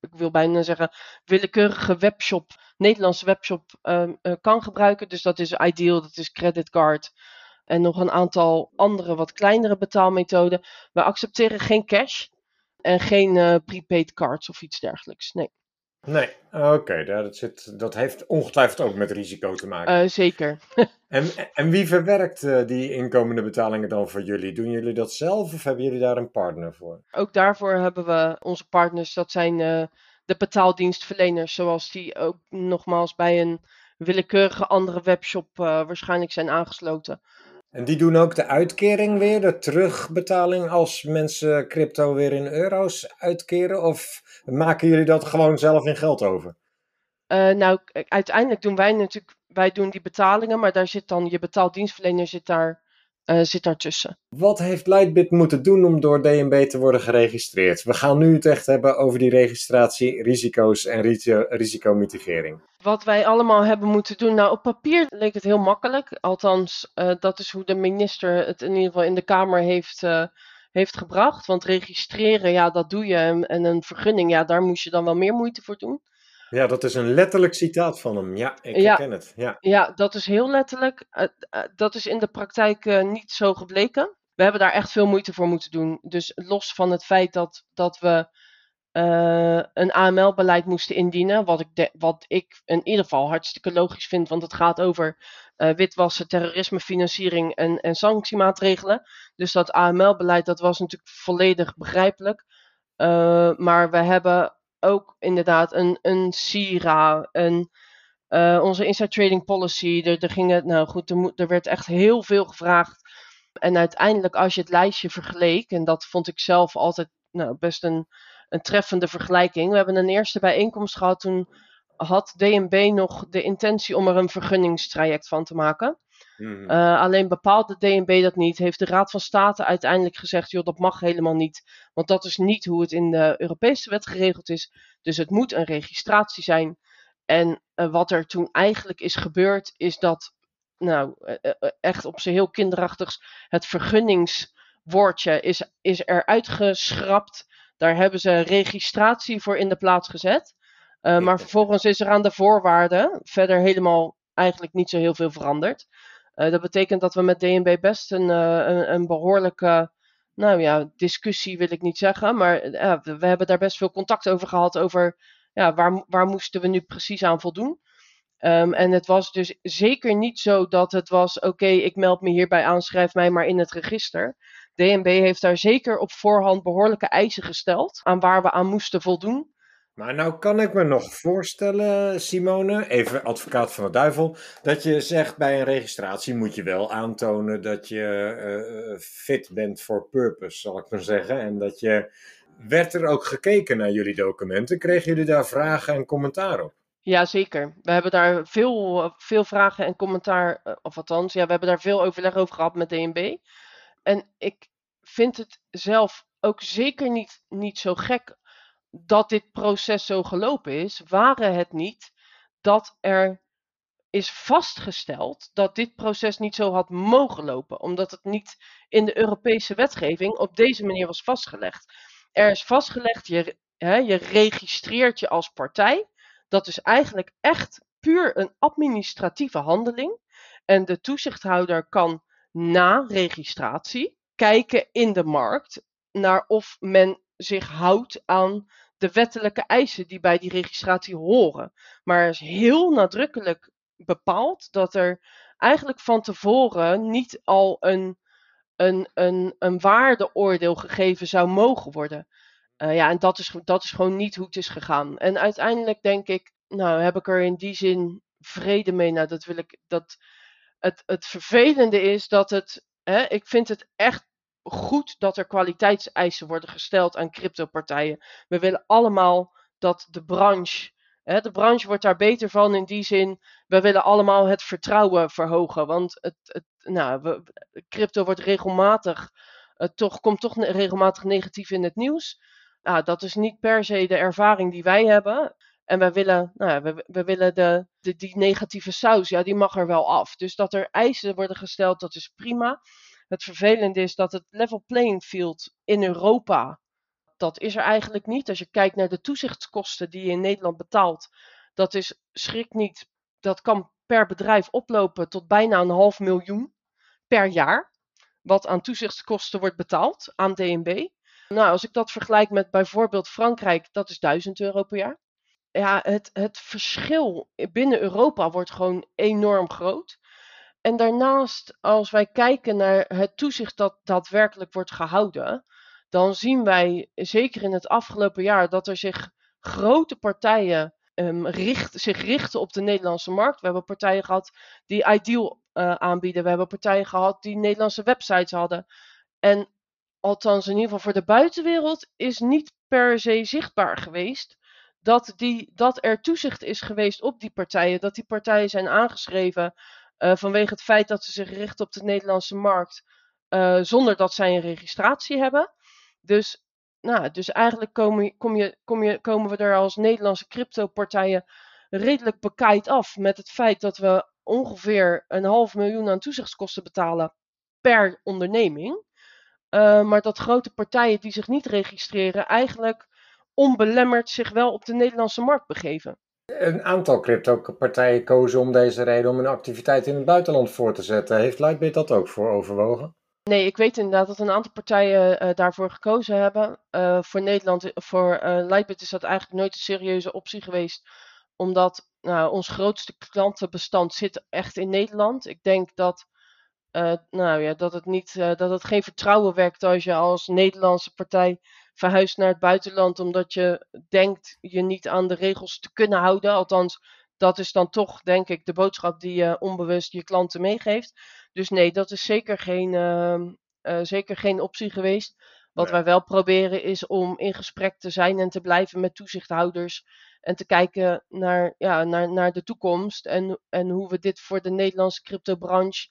ik wil bijna zeggen, willekeurige webshop, Nederlandse webshop uh, uh, kan gebruiken. Dus dat is Ideal, dat is Creditcard en nog een aantal andere wat kleinere betaalmethoden. We accepteren geen cash en geen uh, prepaid cards of iets dergelijks. Nee. Nee, oké, okay, dat, zit, dat heeft ongetwijfeld ook met risico te maken. Uh, zeker. en, en wie verwerkt uh, die inkomende betalingen dan voor jullie? Doen jullie dat zelf of hebben jullie daar een partner voor? Ook daarvoor hebben we onze partners, dat zijn uh, de betaaldienstverleners, zoals die ook nogmaals bij een willekeurige andere webshop uh, waarschijnlijk zijn aangesloten. En die doen ook de uitkering weer, de terugbetaling als mensen crypto weer in euro's uitkeren? Of maken jullie dat gewoon zelf in geld over? Uh, nou, uiteindelijk doen wij natuurlijk, wij doen die betalingen, maar daar zit dan, je betaaldienstverlener zit daar, uh, zit daar tussen. Wat heeft Lightbit moeten doen om door D N B te worden geregistreerd? We gaan nu het echt hebben over die registratie, risico's en risicomitigering. Wat wij allemaal hebben moeten doen, nou op papier leek het heel makkelijk. Althans, uh, dat is hoe de minister het in ieder geval in de Kamer heeft, uh, heeft gebracht. Want registreren, ja, dat doe je. En, en een vergunning, ja, daar moest je dan wel meer moeite voor doen. Ja, dat is een letterlijk citaat van hem. Ja, ik herken ja, het. Ja. ja, dat is heel letterlijk. Uh, uh, dat is in de praktijk uh, niet zo gebleken. We hebben daar echt veel moeite voor moeten doen. Dus los van het feit dat, dat we uh, een A M L-beleid moesten indienen, wat ik, de, wat ik in ieder geval hartstikke logisch vind, want het gaat over uh, witwassen, terrorismefinanciering en, en sanctiemaatregelen. Dus dat A M L-beleid, dat was natuurlijk volledig begrijpelijk. Uh, maar we hebben ook inderdaad een, een S I R A, een, uh, onze inside trading policy. Er, er, ging het, nou goed, er, er werd echt heel veel gevraagd. En uiteindelijk, als je het lijstje vergeleek, en dat vond ik zelf altijd nou, best een, een treffende vergelijking. We hebben een eerste bijeenkomst gehad, toen had D N B nog de intentie om er een vergunningstraject van te maken. Mm-hmm. Uh, alleen bepaalde D N B dat niet. Heeft de Raad van State uiteindelijk gezegd, joh, dat mag helemaal niet. Want dat is niet hoe het in de Europese wet geregeld is. Dus het moet een registratie zijn. En uh, wat er toen eigenlijk is gebeurd, is dat, nou, uh, uh, echt op zijn heel kinderachtigs, het vergunningswoordje is, is eruit geschrapt. Daar hebben ze registratie voor in de plaats gezet. Uh, maar vervolgens is er aan de voorwaarden verder helemaal eigenlijk niet zo heel veel veranderd. Uh, dat betekent dat we met D N B best een, uh, een, een behoorlijke, nou ja, discussie wil ik niet zeggen. Maar uh, we hebben daar best veel contact over gehad over, ja, waar, waar moesten we nu precies aan voldoen. Um, en het was dus zeker niet zo dat het was, oké, okay, ik meld me hierbij aan, schrijf mij maar in het register. D N B heeft daar zeker op voorhand behoorlijke eisen gesteld aan waar we aan moesten voldoen. Maar nou kan ik me nog voorstellen, Simone, even advocaat van de duivel, dat je zegt bij een registratie moet je wel aantonen dat je uh, fit bent for purpose, zal ik maar zeggen. En dat je, werd er ook gekeken naar jullie documenten? Kregen jullie daar vragen en commentaar op? Ja, zeker. We hebben daar veel, veel vragen en commentaar, of althans, ja, we hebben daar veel overleg over gehad met D N B. En ik vind het zelf ook zeker niet, niet zo gek dat dit proces zo gelopen is, waren het niet dat er is vastgesteld dat dit proces niet zo had mogen lopen, omdat het niet in de Europese wetgeving op deze manier was vastgelegd. Er is vastgelegd, je, hè, je registreert je als partij. Dat is eigenlijk echt puur een administratieve handeling. En de toezichthouder kan na registratie kijken in de markt naar of men zich houdt aan de wettelijke eisen die bij die registratie horen. Maar er is heel nadrukkelijk bepaald dat er eigenlijk van tevoren niet al een, een, een, een waardeoordeel gegeven zou mogen worden. Uh, ja, en dat is, dat is gewoon niet hoe het is gegaan. En uiteindelijk denk ik, nou heb ik er in die zin vrede mee. Nou, dat wil ik, dat het, het vervelende is dat het, hè, ik vind het echt goed dat er kwaliteitseisen worden gesteld aan cryptopartijen. We willen allemaal dat de branche, hè, de branche wordt daar beter van in die zin, we willen allemaal het vertrouwen verhogen. Want het, het, nou, we, crypto wordt regelmatig, uh, toch, komt toch regelmatig negatief in het nieuws. Nou, dat is niet per se de ervaring die wij hebben. En wij willen, nou ja, we, we willen de, de, die negatieve saus, ja, die mag er wel af. Dus dat er eisen worden gesteld, dat is prima. Het vervelende is dat het level playing field in Europa dat is er eigenlijk niet. Als je kijkt naar de toezichtskosten die je in Nederland betaalt, dat is, schrik niet, dat kan per bedrijf oplopen tot bijna een half miljoen per jaar. Wat aan toezichtskosten wordt betaald aan D N B. Nou, als ik dat vergelijk met bijvoorbeeld Frankrijk, dat is duizend euro per jaar. Ja, het, het verschil binnen Europa wordt gewoon enorm groot. En daarnaast, als wij kijken naar het toezicht dat daadwerkelijk wordt gehouden, dan zien wij, zeker in het afgelopen jaar, dat er zich grote partijen um, richt, zich richten op de Nederlandse markt. We hebben partijen gehad die Ideal uh, aanbieden. We hebben partijen gehad die Nederlandse websites hadden. En althans in ieder geval voor de buitenwereld is niet per se zichtbaar geweest dat, die, dat er toezicht is geweest op die partijen. Dat die partijen zijn aangeschreven uh, vanwege het feit dat ze zich richten op de Nederlandse markt uh, zonder dat zij een registratie hebben. Dus, nou, dus eigenlijk kom je, kom je, kom je, komen we er als Nederlandse crypto-partijen redelijk bekaaid af met het feit dat we ongeveer een half miljoen aan toezichtskosten betalen per onderneming. Uh, maar dat grote partijen die zich niet registreren eigenlijk onbelemmerd zich wel op de Nederlandse markt begeven. Een aantal crypto-partijen kozen om deze reden om hun activiteit in het buitenland voor te zetten. Heeft Lightbit dat ook voor overwogen? Nee, ik weet inderdaad dat een aantal partijen uh, daarvoor gekozen hebben. Uh, voor Nederland, voor uh, Lightbit is dat eigenlijk nooit een serieuze optie geweest. Omdat nou, ons grootste klantenbestand zit echt in Nederland. Ik denk dat, uh, nou ja, dat, het niet, uh, dat het geen vertrouwen wekt als je als Nederlandse partij verhuist naar het buitenland. Omdat je denkt je niet aan de regels te kunnen houden. Althans, dat is dan toch, denk ik, de boodschap die je onbewust je klanten meegeeft. Dus nee, dat is zeker geen, uh, uh, zeker geen optie geweest. Wat Nee. wij wel proberen is om in gesprek te zijn en te blijven met toezichthouders. En te kijken naar, ja, naar, naar de toekomst. En, en hoe we dit voor de Nederlandse cryptobranche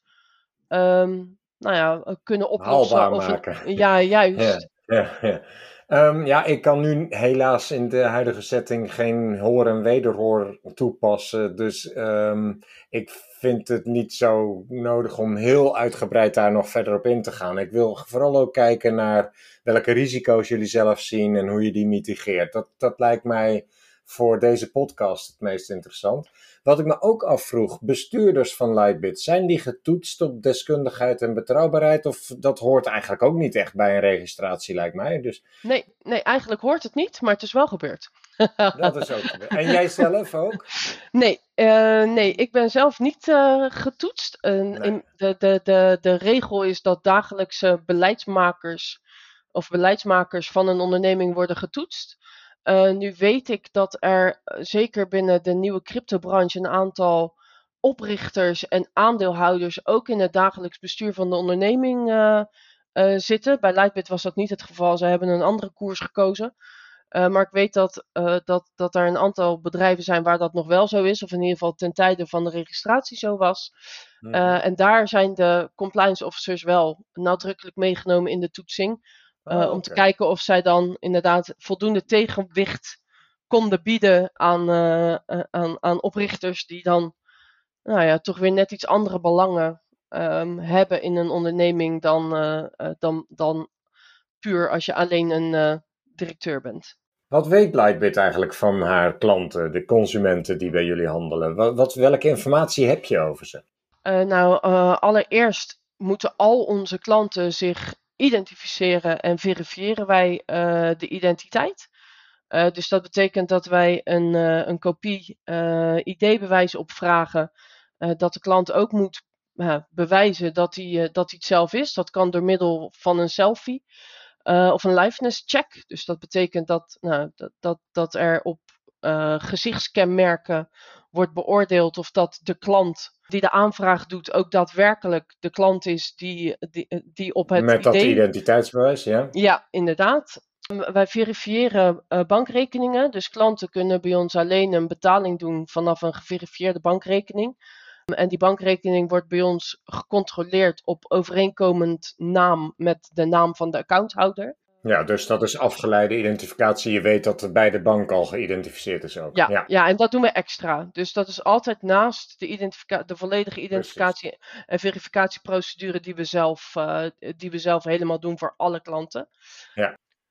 um, nou ja, kunnen oplossen. Haalbaar Of maken. Het, ja, juist. Ja, ja, ja. Um, ja, ik kan nu helaas in de huidige setting geen hoor en wederhoor toepassen. Dus um, ik vind het niet zo nodig om heel uitgebreid daar nog verder op in te gaan. Ik wil vooral ook kijken naar welke risico's jullie zelf zien en hoe je die mitigeert. Dat, dat lijkt mij voor deze podcast het meest interessant. Wat ik me ook afvroeg, bestuurders van Lightbit, zijn die getoetst op deskundigheid en betrouwbaarheid? Of dat hoort eigenlijk ook niet echt bij een registratie, lijkt mij. Dus Nee, nee, eigenlijk hoort het niet, maar het is wel gebeurd. dat is ook gebeurd. En jij zelf ook? Nee, uh, nee, ik ben zelf niet uh, getoetst. Uh, Nee. in de, de, de, de regel is dat dagelijkse beleidsmakers of beleidsmakers van een onderneming worden getoetst. Uh, nu weet ik dat er uh, zeker binnen de nieuwe cryptobranche een aantal oprichters en aandeelhouders ook in het dagelijks bestuur van de onderneming uh, uh, zitten. Bij Lightbit was dat niet het geval. Ze hebben een andere koers gekozen. Uh, maar ik weet dat, uh, dat, dat er een aantal bedrijven zijn waar dat nog wel zo is. Of in ieder geval ten tijde van de registratie zo was. Mhm. Uh, en daar zijn de compliance officers wel nadrukkelijk meegenomen in de toetsing. Uh, Oh, om te oké. kijken of zij dan inderdaad voldoende tegenwicht konden bieden aan, uh, uh, aan, aan oprichters die dan nou ja, toch weer net iets andere belangen um, hebben in een onderneming dan, uh, uh, dan, dan puur als je alleen een uh, directeur bent. Wat weet Lightbit eigenlijk van haar klanten, de consumenten die bij jullie handelen? Wat, wat, welke informatie heb je over ze? Uh, nou, uh, allereerst moeten al onze klanten zich identificeren en verifiëren wij uh, de identiteit. Uh, dus dat betekent dat wij een, uh, een kopie uh, I D-bewijs opvragen. Uh, dat de klant ook moet uh, bewijzen dat hij, uh, dat hij het zelf is. Dat kan door middel van een selfie uh, of een liveness check. Dus dat betekent dat, nou, dat, dat, dat er op uh, gezichtskenmerken wordt beoordeeld of dat de klant die de aanvraag doet ook daadwerkelijk de klant is die, die, die op het Met dat I D... identiteitsbewijs, ja? Ja, inderdaad. Wij verifiëren uh, bankrekeningen, dus klanten kunnen bij ons alleen een betaling doen vanaf een geverifieerde bankrekening. En die bankrekening wordt bij ons gecontroleerd op overeenkomend naam met de naam van de accounthouder. Ja, dus dat is afgeleide identificatie. Je weet dat het bij de bank al geïdentificeerd is ook. Ja, Ja. ja, en dat doen we extra. Dus dat is altijd naast de, identifica- de volledige identificatie en verificatieprocedure die we, zelf, uh, die we zelf helemaal doen voor alle klanten. Ja.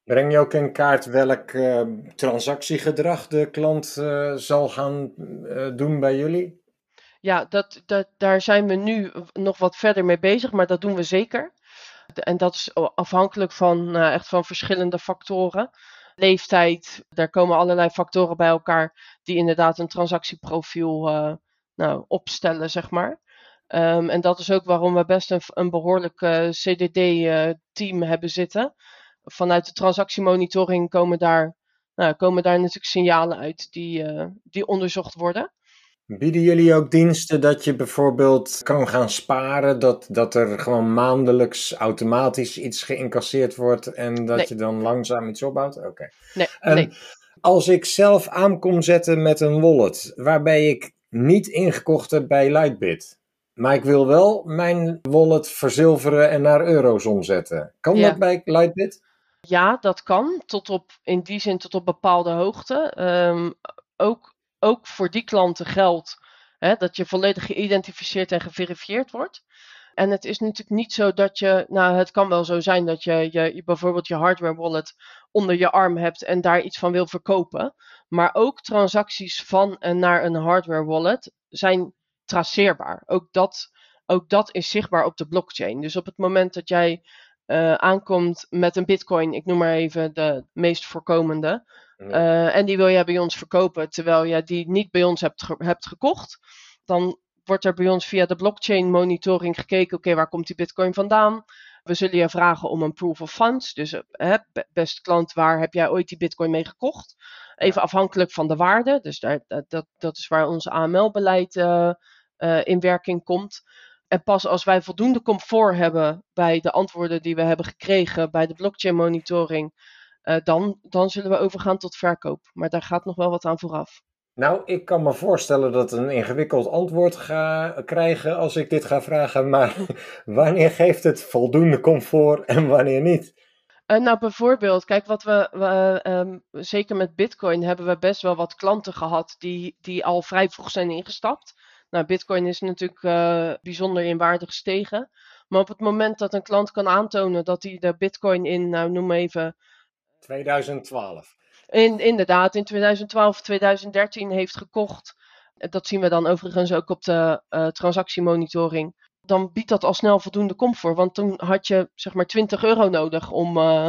Breng je ook in kaart welk uh, transactiegedrag de klant uh, zal gaan uh, doen bij jullie? Ja, dat, dat, daar zijn we nu nog wat verder mee bezig, maar dat doen we zeker. En dat is afhankelijk van, uh, echt van verschillende factoren. Leeftijd, daar komen allerlei factoren bij elkaar die inderdaad een transactieprofiel uh, nou, opstellen, zeg maar. Um, en dat is ook waarom we best een, een behoorlijk uh, C D D-team uh, hebben zitten. Vanuit de transactiemonitoring komen daar, nou, komen daar natuurlijk signalen uit die, uh, die onderzocht worden. Bieden jullie ook diensten dat je bijvoorbeeld kan gaan sparen, dat, dat er gewoon maandelijks automatisch iets geïncasseerd wordt en dat nee. je dan langzaam iets opbouwt? Oké. Okay. Nee, um, nee. Als ik zelf aan kom zetten met een wallet, waarbij ik niet ingekocht heb bij Lightbit, maar ik wil wel mijn wallet verzilveren en naar euro's omzetten. Kan ja. dat bij Lightbit? Ja, dat kan. Tot op, in die zin tot op bepaalde hoogte. Um, ook Ook voor die klanten geldt hè, dat je volledig geïdentificeerd en geverifieerd wordt. En het is natuurlijk niet zo dat je, nou het kan wel zo zijn dat je, je, je bijvoorbeeld je hardware wallet onder je arm hebt en daar iets van wil verkopen. Maar ook transacties van en naar een hardware wallet zijn traceerbaar. Ook dat, ook dat is zichtbaar op de blockchain. Dus op het moment dat jij uh, aankomt met een bitcoin, ik noem maar even de meest voorkomende. Uh, en die wil jij bij ons verkopen, terwijl jij die niet bij ons hebt, ge- hebt gekocht. Dan wordt er bij ons via de blockchain monitoring gekeken, oké, okay, waar komt die bitcoin vandaan? We zullen je vragen om een proof of funds. Dus uh, beste klant, waar heb jij ooit die bitcoin mee gekocht? Even ja. afhankelijk van de waarde. Dus daar, dat, dat is waar ons A M L-beleid uh, uh, in werking komt. En pas als wij voldoende comfort hebben bij de antwoorden die we hebben gekregen bij de blockchain monitoring, Uh, dan, dan zullen we overgaan tot verkoop. Maar daar gaat nog wel wat aan vooraf. Nou, ik kan me voorstellen dat ik een ingewikkeld antwoord ga krijgen als ik dit ga vragen. Maar wanneer geeft het voldoende comfort en wanneer niet? Uh, nou, bijvoorbeeld, kijk, wat we, we um, zeker met Bitcoin hebben we best wel wat klanten gehad die, die al vrij vroeg zijn ingestapt. Nou, Bitcoin is natuurlijk uh, bijzonder in waarde gestegen. Maar op het moment dat een klant kan aantonen dat hij de Bitcoin in, nou noem even tweeduizend twaalf. In, inderdaad, in tweeduizend twaalf, tweeduizend dertien heeft gekocht. Dat zien we dan overigens ook op de uh, transactiemonitoring. Dan biedt dat al snel voldoende comfort. Want toen had je zeg maar twintig euro nodig om, uh,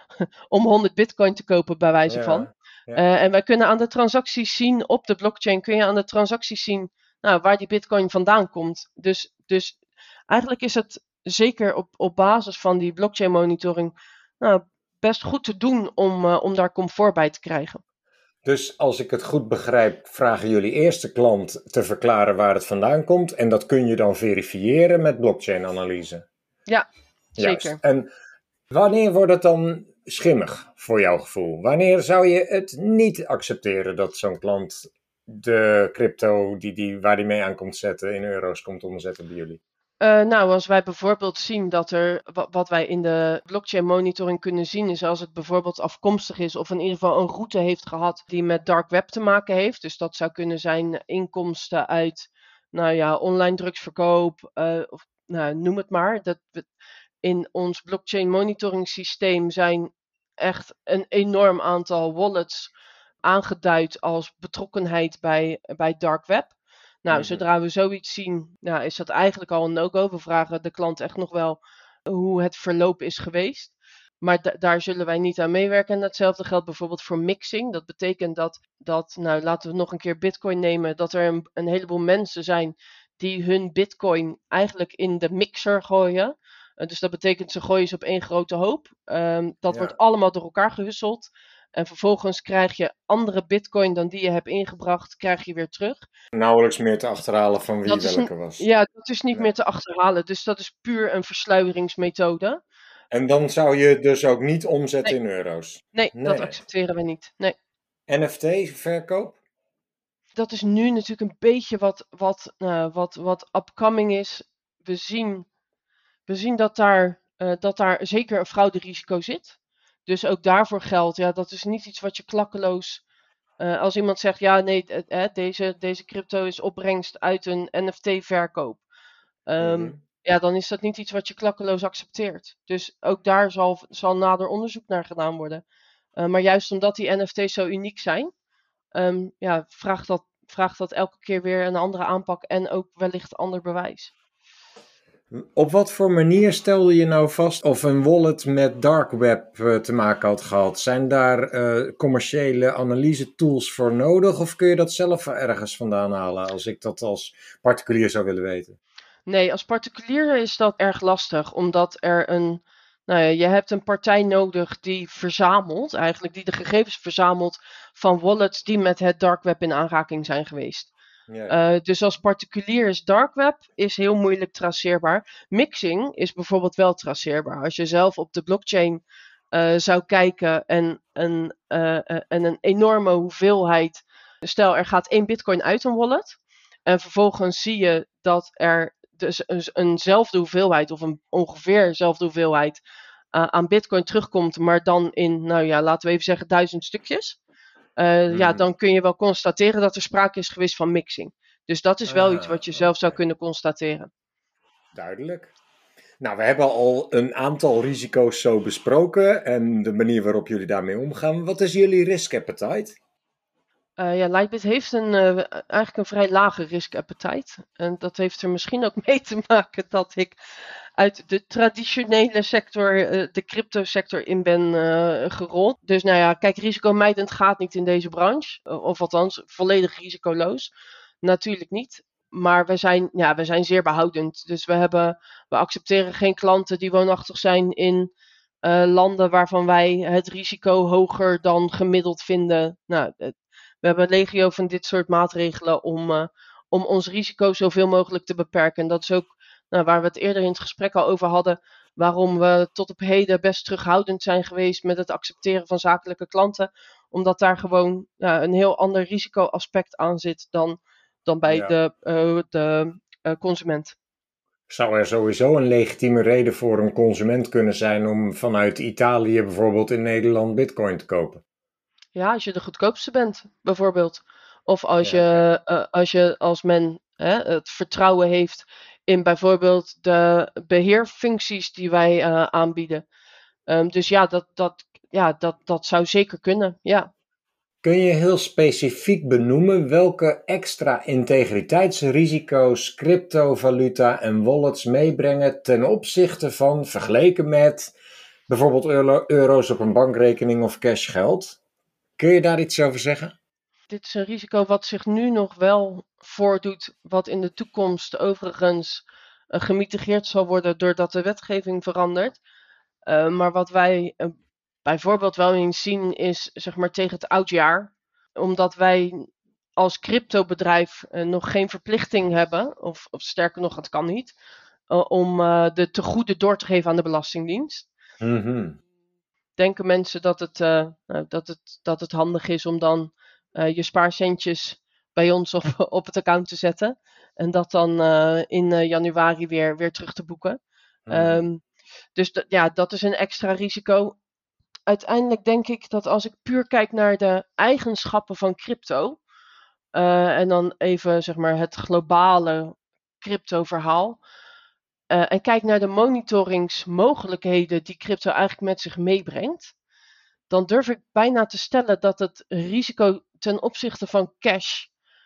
om honderd bitcoin te kopen bij wijze ja, van. Ja. Uh, en wij kunnen aan de transacties zien, op de blockchain kun je aan de transacties zien nou, waar die bitcoin vandaan komt. Dus, dus eigenlijk is het zeker op, op basis van die blockchain monitoring nou, best goed te doen om, uh, om daar comfort bij te krijgen. Dus als ik het goed begrijp, vragen jullie eerst de klant te verklaren waar het vandaan komt. En dat kun je dan verifiëren met blockchain-analyse. Ja, Juist. zeker. En wanneer wordt het dan schimmig voor jouw gevoel? Wanneer zou je het niet accepteren dat zo'n klant de crypto die, die, waar die mee aan komt zetten in euro's komt omzetten bij jullie? Uh, nou, als wij bijvoorbeeld zien dat er, wat, wat wij in de blockchain monitoring kunnen zien, is als het bijvoorbeeld afkomstig is of in ieder geval een route heeft gehad die met dark web te maken heeft. Dus dat zou kunnen zijn inkomsten uit, nou ja, online drugsverkoop, uh, of nou, noem het maar. Dat we, in ons blockchain monitoring systeem zijn echt een enorm aantal wallets aangeduid als betrokkenheid bij, bij dark web. Nou, mm-hmm. Zodra we zoiets zien, nou, is dat eigenlijk al een no-go. We vragen de klant echt nog wel hoe het verloop is geweest. Maar da- daar zullen wij niet aan meewerken. En hetzelfde geldt bijvoorbeeld voor mixing. Dat betekent dat, dat nou, laten we nog een keer bitcoin nemen, dat er een, een heleboel mensen zijn die hun bitcoin eigenlijk in de mixer gooien. Uh, dus dat betekent ze gooien ze op één grote hoop. Um, dat ja. wordt allemaal door elkaar gehusseld. En vervolgens krijg je andere bitcoin dan die je hebt ingebracht, krijg je weer terug. Nauwelijks meer te achterhalen van wie dat welke is, was. Ja, dat is niet ja. meer te achterhalen. Dus dat is puur een versluieringsmethode. En dan zou je dus ook niet omzetten nee. in euro's? Nee, nee, dat accepteren we niet. Nee. N F T-verkoop? Dat is nu natuurlijk een beetje wat, wat, uh, wat, wat upcoming is. We zien, we zien dat, daar, uh, dat daar zeker een frauderisico zit. Dus ook daarvoor geldt, ja, dat is niet iets wat je klakkeloos... Uh, als iemand zegt, ja, nee, uh, uh, deze, deze crypto is opbrengst uit een N F T-verkoop. Um, mm-hmm. ja, dan is dat niet iets wat je klakkeloos accepteert. Dus ook daar zal, zal nader onderzoek naar gedaan worden. Uh, maar juist omdat die N F T's zo uniek zijn, um, ja, vraagt, dat, vraagt dat elke keer weer een andere aanpak en ook wellicht ander bewijs. Op wat voor manier stelde je nou vast of een wallet met dark web uh, te maken had gehad? Zijn daar uh, commerciële analyse tools voor nodig of kun je dat zelf ergens vandaan halen als ik dat als particulier zou willen weten? Nee, als particulier is dat erg lastig, omdat er een, nou ja, je hebt een partij nodig die verzamelt, eigenlijk die de gegevens verzamelt van wallets die met het dark web in aanraking zijn geweest. Ja. Uh, dus als particulier is dark web is heel moeilijk traceerbaar. Mixing is bijvoorbeeld wel traceerbaar. Als je zelf op de blockchain uh, zou kijken en een, uh, uh, en een enorme hoeveelheid, stel er gaat één bitcoin uit een wallet en vervolgens zie je dat er dus eenzelfde hoeveelheid of een ongeveer dezelfde hoeveelheid uh, aan bitcoin terugkomt, maar dan in, nou ja, laten we even zeggen duizend stukjes. Uh, hmm. Ja, dan kun je wel constateren dat er sprake is geweest van mixing. Dus dat is wel ah, iets wat je zelf okay. zou kunnen constateren. Duidelijk. Nou, we hebben al een aantal risico's zo besproken en de manier waarop jullie daarmee omgaan. Wat is jullie risk appetite? Uh, ja, Lightbit heeft een, uh, eigenlijk een vrij lage risk appetite. En dat heeft er misschien ook mee te maken dat ik uit de traditionele sector, uh, de crypto sector in ben uh, gerold. Dus nou ja, kijk, risicomijdend gaat niet in deze branche. Uh, of althans, volledig risicoloos. Natuurlijk niet. Maar we zijn, ja, we zijn zeer behoudend. Dus we, hebben, we accepteren geen klanten die woonachtig zijn in uh, landen waarvan wij het risico hoger dan gemiddeld vinden. Nou, het, we hebben legio van dit soort maatregelen om, uh, om ons risico zoveel mogelijk te beperken. En dat is ook nou, waar we het eerder in het gesprek al over hadden. Waarom we tot op heden best terughoudend zijn geweest met het accepteren van zakelijke klanten. Omdat daar gewoon uh, een heel ander risicoaspect aan zit dan, dan bij ja. de, uh, de uh, consument. Zou er sowieso een legitieme reden voor een consument kunnen zijn om vanuit Italië bijvoorbeeld in Nederland bitcoin te kopen? Ja, als je de goedkoopste bent, bijvoorbeeld. Of als, ja, je, ja. Uh, als, je, als men hè, het vertrouwen heeft in bijvoorbeeld de beheerfuncties die wij uh, aanbieden. Um, dus ja, dat, dat, ja dat, dat zou zeker kunnen, ja. Kun je heel specifiek benoemen welke extra integriteitsrisico's cryptovaluta en wallets meebrengen ten opzichte van, vergeleken met bijvoorbeeld euro, euro's op een bankrekening of cashgeld? Kun je daar iets over zeggen? Dit is een risico wat zich nu nog wel voordoet, wat in de toekomst overigens uh, gemitigeerd zal worden doordat de wetgeving verandert. Uh, maar wat wij uh, bijvoorbeeld wel eens zien is zeg maar tegen het oudjaar, omdat wij als cryptobedrijf uh, nog geen verplichting hebben, of, of sterker nog, het kan niet, uh, om uh, de tegoeden door te geven aan de Belastingdienst. Mm-hmm. Denken mensen dat het, uh, dat het, dat het handig is om dan uh, je spaarcentjes bij ons op, op het account te zetten. En dat dan uh, in uh, januari weer, weer terug te boeken. Mm. Um, dus d- ja, dat is een extra risico. Uiteindelijk denk ik dat als ik puur kijk naar de eigenschappen van crypto. Uh, en dan even zeg maar het globale crypto verhaal. Uh, en kijk naar de monitoringsmogelijkheden die crypto eigenlijk met zich meebrengt, dan durf ik bijna te stellen dat het risico ten opzichte van cash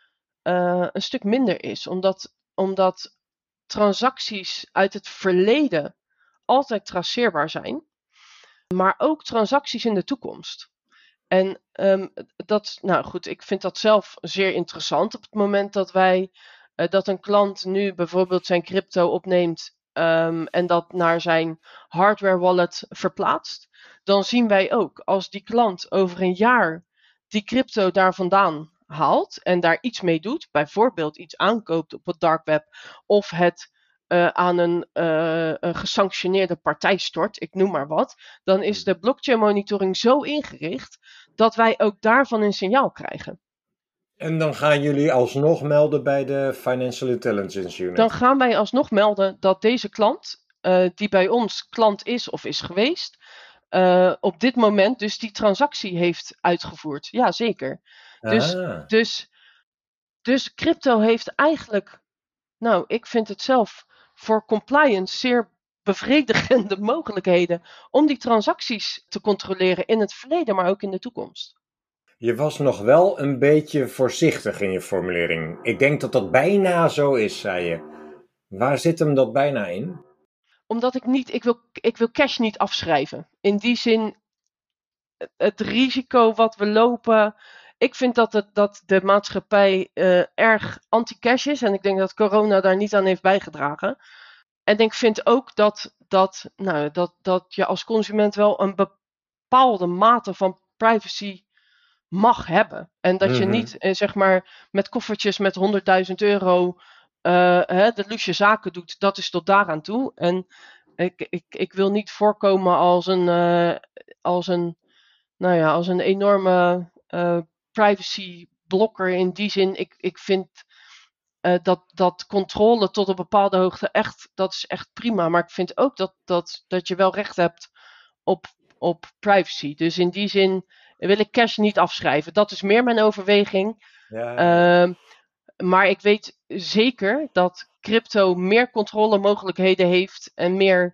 uh, een stuk minder is. Omdat, omdat transacties uit het verleden altijd traceerbaar zijn, maar ook transacties in de toekomst. En um, dat, nou goed, ik vind dat zelf zeer interessant op het moment dat wij Uh, dat een klant nu bijvoorbeeld zijn crypto opneemt um, en dat naar zijn hardware wallet verplaatst, dan zien wij ook als die klant over een jaar die crypto daar vandaan haalt en daar iets mee doet, bijvoorbeeld iets aankoopt op het dark web of het uh, aan een, uh, een gesanctioneerde partij stort, ik noem maar wat, dan is de blockchain monitoring zo ingericht dat wij ook daarvan een signaal krijgen. En dan gaan jullie alsnog melden bij de Financial Intelligence Unit? Dan gaan wij alsnog melden dat deze klant, uh, die bij ons klant is of is geweest, uh, op dit moment dus die transactie heeft uitgevoerd. Ja, zeker. Dus, ah. dus, dus crypto heeft eigenlijk, nou, ik vind het zelf voor compliance zeer bevredigende mogelijkheden om die transacties te controleren in het verleden, maar ook in de toekomst. Je was nog wel een beetje voorzichtig in je formulering. Ik denk dat dat bijna zo is, zei je. Waar zit hem dat bijna in? Omdat ik niet, ik wil, ik wil cash niet afschrijven. In die zin, het risico wat we lopen. Ik vind dat, het, dat de maatschappij uh, erg anti-cash is. En ik denk dat corona daar niet aan heeft bijgedragen. En ik vind ook dat, dat, nou, dat, dat je als consument wel een bepaalde mate van privacy mag hebben. En dat je Mhm. niet eh, zeg maar met koffertjes met honderdduizend euro uh, hè, de loesje zaken doet. Dat is tot daaraan toe. En ik, ik, ik wil niet voorkomen als een, uh, als een, nou ja, als een enorme uh, privacy blokker. In die zin, ik, ik vind uh, dat, dat controle tot een bepaalde hoogte echt, dat is echt prima. Maar ik vind ook dat, dat, dat je wel recht hebt op, op privacy. Dus in die zin wil ik cash niet afschrijven. Dat is meer mijn overweging. Ja, ja. Uh, maar ik weet zeker dat crypto meer controlemogelijkheden heeft en meer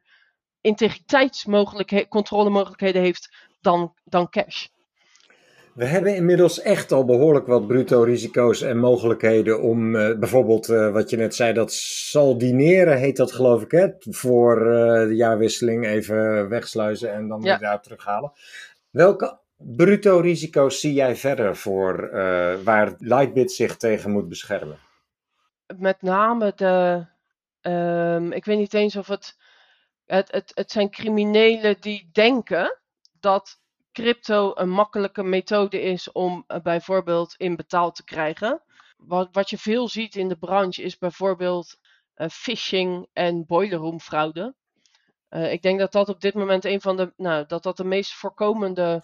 integriteitscontrolemogelijkheden heeft dan, dan cash. We hebben inmiddels echt al behoorlijk wat bruto risico's en mogelijkheden om uh, bijvoorbeeld uh, wat je net zei, dat saldineren heet dat geloof ik, hè? Voor uh, de jaarwisseling even wegsluizen en dan weer Ja. daar terughalen. Welke bruto risico's zie jij verder voor uh, waar Lightbit zich tegen moet beschermen? Met name de, um, ik weet niet eens of het, het, het, het zijn criminelen die denken dat crypto een makkelijke methode is om uh, bijvoorbeeld in betaald te krijgen. Wat, wat je veel ziet in de branche is bijvoorbeeld uh, phishing en boiler room fraude. Uh, ik denk dat dat op dit moment een van de, nou, dat dat de meest voorkomende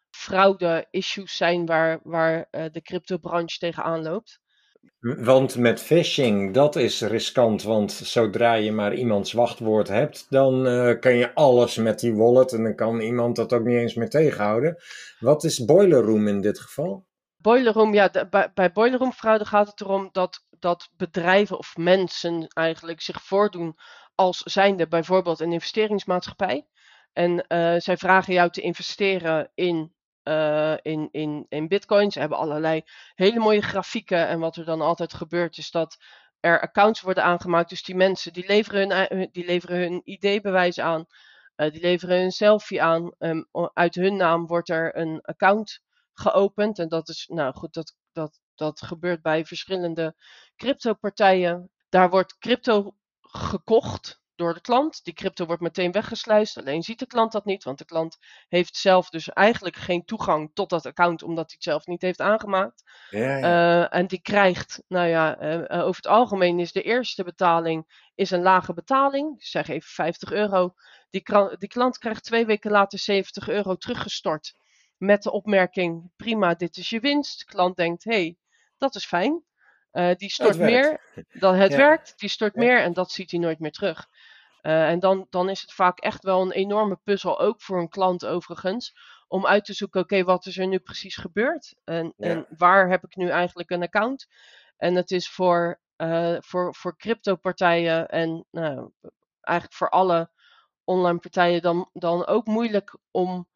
fraude issues zijn waar, waar uh, de cryptobranche tegenaan loopt. Want met phishing, dat is riskant, want zodra je maar iemands wachtwoord hebt, dan uh, kan je alles met die wallet en dan kan iemand dat ook niet eens meer tegenhouden. Wat is boiler room in dit geval? Boiler room, ja, de, bij, bij boiler room fraude gaat het erom dat, dat bedrijven of mensen eigenlijk zich voordoen als zijnde bijvoorbeeld een investeringsmaatschappij. En uh, zij vragen jou te investeren in, uh, in, in, in bitcoin. Ze hebben allerlei hele mooie grafieken. En wat er dan altijd gebeurt is dat er accounts worden aangemaakt. Dus die mensen die leveren hun, die leveren hun I D-bewijs aan. Uh, die leveren hun selfie aan. Um, uit hun naam wordt er een account geopend. En dat is, nou goed, dat, dat, dat gebeurt bij verschillende cryptopartijen. Daar wordt crypto gekocht door de klant. Die crypto wordt meteen weggesluist. Alleen ziet de klant dat niet, want de klant heeft zelf dus eigenlijk geen toegang tot dat account, omdat hij het zelf niet heeft aangemaakt. Ja, ja. Uh, en die krijgt, nou ja, uh, over het algemeen is de eerste betaling is een lage betaling. Zeg even vijftig euro. Die, die klant krijgt twee weken later zeventig euro teruggestort. Met de opmerking, prima, dit is je winst. De klant denkt, hé, hey, dat is fijn. Uh, die stort meer dan het Ja. werkt. Die stort Ja. meer en dat ziet hij nooit meer terug. Uh, en dan, dan is het vaak echt wel een enorme puzzel, ook voor een klant overigens, om uit te zoeken, oké, okay, wat is er nu precies gebeurd? En, Ja. en waar heb ik nu eigenlijk een account? En het is voor, uh, voor, voor cryptopartijen en nou, eigenlijk voor alle online partijen dan, dan ook moeilijk om,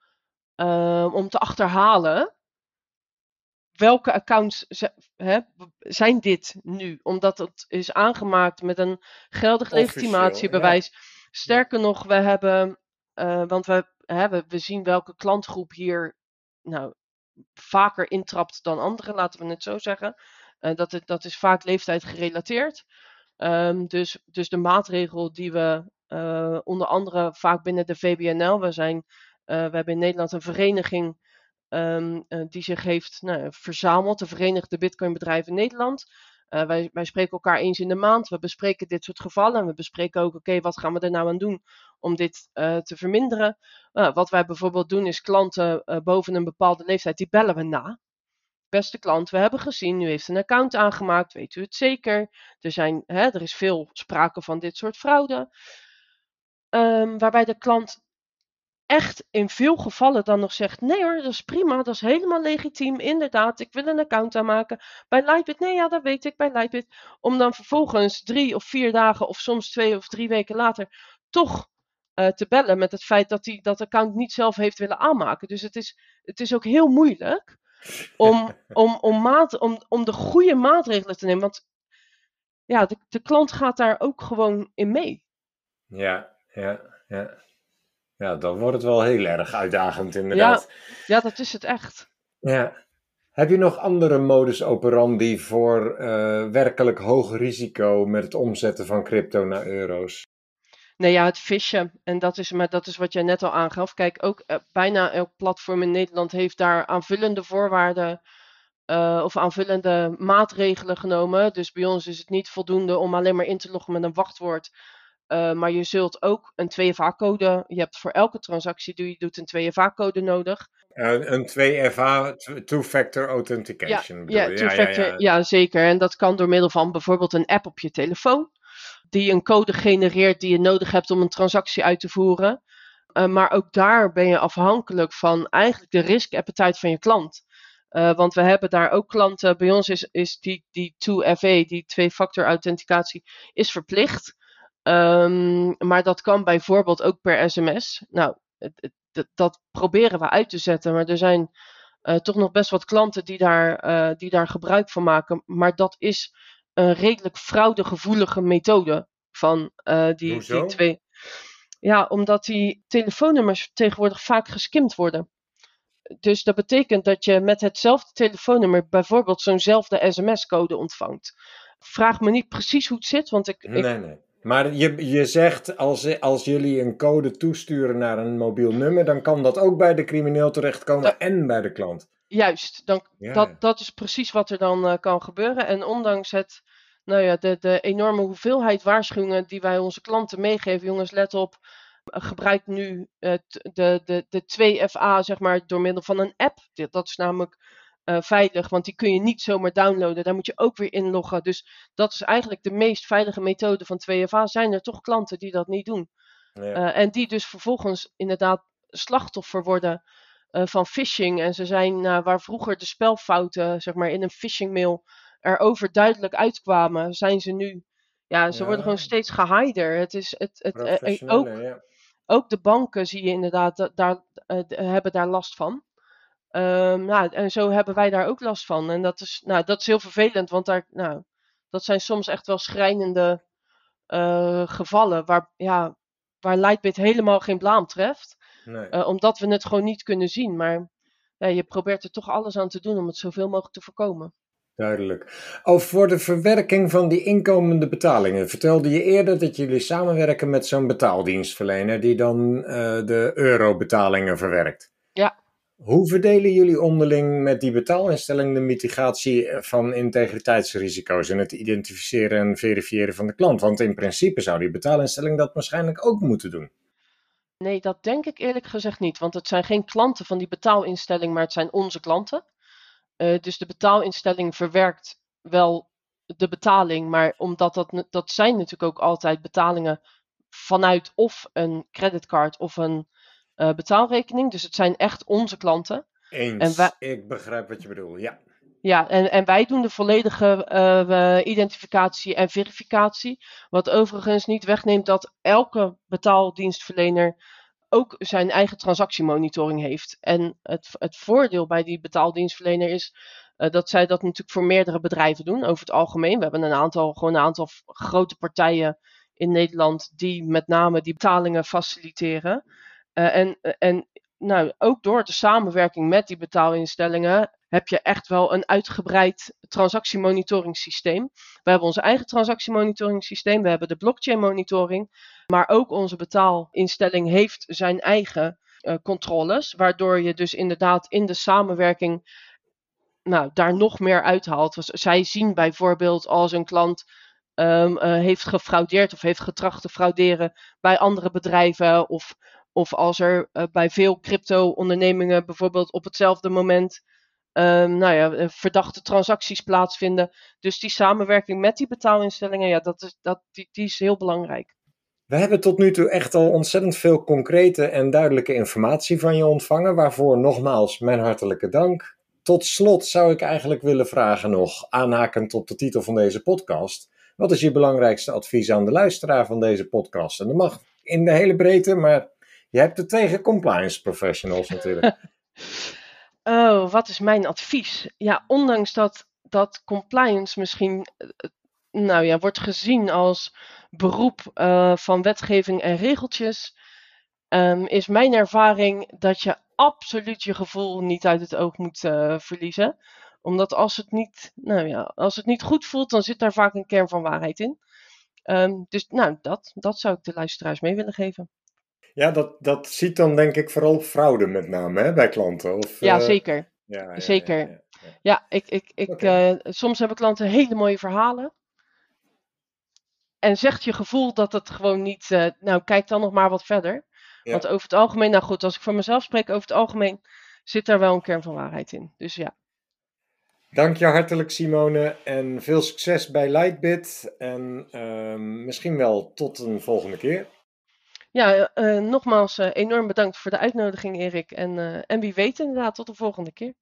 uh, om te achterhalen welke accounts hè, zijn dit nu? Omdat het is aangemaakt met een geldig legitimatiebewijs. Ja. Sterker ja. nog, we hebben, uh, want we, hè, we, we zien welke klantgroep hier nou, vaker intrapt dan anderen, laten we het zo zeggen. Uh, dat, het, dat is vaak leeftijd gerelateerd. Um, dus, dus de maatregel die we uh, onder andere vaak binnen de V B N L, we, zijn, uh, we hebben in Nederland een vereniging Um, uh, die zich heeft nou, verzameld, de Verenigde Bitcoinbedrijven Nederland. Uh, wij, wij spreken elkaar eens in de maand, we bespreken dit soort gevallen en we bespreken ook, oké, okay, wat gaan we er nou aan doen om dit uh, te verminderen. Uh, wat wij bijvoorbeeld doen is klanten uh, boven een bepaalde leeftijd, die bellen we na. Beste klant, we hebben gezien, u heeft een account aangemaakt, weet u het zeker? Er, zijn, hè, er is veel sprake van dit soort fraude. Um, waarbij de klant echt in veel gevallen dan nog zegt, nee hoor, dat is prima, dat is helemaal legitiem, inderdaad, ik wil een account aanmaken. Bij Lightbit, nee ja, dat weet ik, bij Lightbit. Om dan vervolgens drie of vier dagen of soms twee of drie weken later toch uh, te bellen met het feit dat hij dat account niet zelf heeft willen aanmaken. Dus het is, het is ook heel moeilijk om, om, om, maat, om, om de goede maatregelen te nemen. Want ja, de, de klant gaat daar ook gewoon in mee. Ja, ja, ja. Ja, dan wordt het wel heel erg uitdagend inderdaad. Ja, ja, dat is het echt. Ja. Heb je nog andere modus operandi voor uh, werkelijk hoog risico met het omzetten van crypto naar euro's? Nee, ja, het fishen. En dat is, maar dat is wat jij net al aangaf. Kijk, ook uh, bijna elk platform in Nederland heeft daar aanvullende voorwaarden uh, of aanvullende maatregelen genomen. Dus bij ons is het niet voldoende om alleen maar in te loggen met een wachtwoord. Uh, maar je zult ook een twee F A-code, je hebt voor elke transactie die je doet een twee F A-code nodig. Uh, een twee F A, two-factor authentication. Ja, bedoel ja, je? two-factor, ja, ja, ja, zeker. En dat kan door middel van bijvoorbeeld een app op je telefoon, die een code genereert die je nodig hebt om een transactie uit te voeren. Uh, maar ook daar ben je afhankelijk van eigenlijk de risk appetite van je klant. Uh, want we hebben daar ook klanten, bij ons is, is die, die two F A, die twee-factor authenticatie, is verplicht. Um, maar dat kan bijvoorbeeld ook per sms. Nou, dat, dat proberen we uit te zetten, maar er zijn uh, toch nog best wat klanten die daar, uh, die daar gebruik van maken. Maar dat is een redelijk fraudegevoelige methode van uh, die, die twee. Ja, omdat die telefoonnummers tegenwoordig vaak geskimd worden. Dus dat betekent dat je met hetzelfde telefoonnummer bijvoorbeeld zo'nzelfde sms-code ontvangt. Vraag me niet precies hoe het zit, want ik... Nee, ik... nee. Maar je, je zegt, als, als jullie een code toesturen naar een mobiel nummer, dan kan dat ook bij de crimineel terechtkomen ja. en bij de klant. Juist, dan, ja. dat, dat is precies wat er dan uh, kan gebeuren. En ondanks het, nou ja, de, de enorme hoeveelheid waarschuwingen die wij onze klanten meegeven, jongens, let op, uh, gebruik nu uh, de, de, de twee F A, zeg maar, door middel van een app. Dat is namelijk uh, veilig, want die kun je niet zomaar downloaden. Daar moet je ook weer inloggen. Dus dat is eigenlijk de meest veilige methode van twee F A. Zijn er toch klanten die dat niet doen? Ja. Uh, en die dus vervolgens inderdaad slachtoffer worden uh, van phishing. En ze zijn, uh, waar vroeger de spelfouten, zeg maar, in een phishingmail er overduidelijk uitkwamen, zijn ze nu, ja, ze ja. worden gewoon steeds gehider. Het is, het, het, uh, ook, ja. ook de banken zie je inderdaad, da, daar, uh, hebben daar last van. Um, nou, en zo hebben wij daar ook last van. En dat is, nou, dat is heel vervelend, want daar, nou, dat zijn soms echt wel schrijnende uh, gevallen waar, ja, waar Lightbit helemaal geen blaam treft. Nee. Uh, omdat we het gewoon niet kunnen zien. Maar ja, je probeert er toch alles aan te doen om het zoveel mogelijk te voorkomen. Duidelijk. Oh, voor de verwerking van die inkomende betalingen vertelde je eerder dat jullie samenwerken met zo'n betaaldienstverlener die dan uh, de eurobetalingen verwerkt. Ja. Hoe verdelen jullie onderling met die betaalinstelling de mitigatie van integriteitsrisico's en het identificeren en verifiëren van de klant? Want in principe zou die betaalinstelling dat waarschijnlijk ook moeten doen. Nee, dat denk ik eerlijk gezegd niet. Want het zijn geen klanten van die betaalinstelling, maar het zijn onze klanten. Uh, dus de betaalinstelling verwerkt wel de betaling, maar omdat dat, dat zijn natuurlijk ook altijd betalingen vanuit of een creditcard of een uh, betaalrekening. Dus het zijn echt onze klanten. Eens, en wij, ik begrijp wat je bedoelt, ja. Ja, en, en wij doen de volledige uh, identificatie en verificatie. Wat overigens niet wegneemt dat elke betaaldienstverlener ook zijn eigen transactiemonitoring heeft. En het, het voordeel bij die betaaldienstverlener is uh, dat zij dat natuurlijk voor meerdere bedrijven doen, over het algemeen. We hebben een aantal, gewoon een aantal grote partijen in Nederland die met name die betalingen faciliteren. Uh, en en nou, ook door de samenwerking met die betaalinstellingen heb je echt wel een uitgebreid transactiemonitoringsysteem. We hebben onze eigen transactiemonitoringsysteem, we hebben de blockchain monitoring, maar ook onze betaalinstelling heeft zijn eigen uh, controles, waardoor je dus inderdaad in de samenwerking nou, daar nog meer uithaalt. Dus zij zien bijvoorbeeld als een klant um, uh, heeft gefraudeerd of heeft getracht te frauderen bij andere bedrijven, of, of als er uh, bij veel crypto-ondernemingen bijvoorbeeld op hetzelfde moment Um, nou ja, verdachte transacties plaatsvinden. Dus die samenwerking met die betaalinstellingen, ja, dat is, dat, die, die is heel belangrijk. We hebben tot nu toe echt al ontzettend veel concrete en duidelijke informatie van je ontvangen, waarvoor nogmaals mijn hartelijke dank. Tot slot zou ik eigenlijk willen vragen nog, aanhakend op de titel van deze podcast, wat is je belangrijkste advies aan de luisteraar van deze podcast? En dat mag in de hele breedte, maar je hebt het tegen compliance professionals natuurlijk. Oh, wat is mijn advies? Ja, ondanks dat, dat compliance misschien eh, nou ja, wordt gezien als beroep uh, van wetgeving en regeltjes, um, is mijn ervaring dat je absoluut je gevoel niet uit het oog moet uh, verliezen. Omdat als het, niet, nou ja, als het niet goed voelt, dan zit daar vaak een kern van waarheid in. Um, dus nou, dat, dat zou ik de luisteraars mee willen geven. Ja, dat, dat ziet dan denk ik vooral fraude met name hè, bij klanten. Of, ja, uh... zeker. Ja, ja, zeker. Ja, ja, ja. ja ik, ik, ik, okay. uh, soms hebben klanten hele mooie verhalen. En zegt je gevoel dat het gewoon niet... Uh, nou, kijk dan nog maar wat verder. Ja. Want over het algemeen... Nou goed, als ik voor mezelf spreek, over het algemeen zit daar wel een kern van waarheid in. Dus ja. Dank je hartelijk, Simone. En veel succes bij Lightbit. En uh, misschien wel tot een volgende keer. Ja, uh, nogmaals uh, enorm bedankt voor de uitnodiging, Erik. En, uh, en wie weet inderdaad, tot de volgende keer.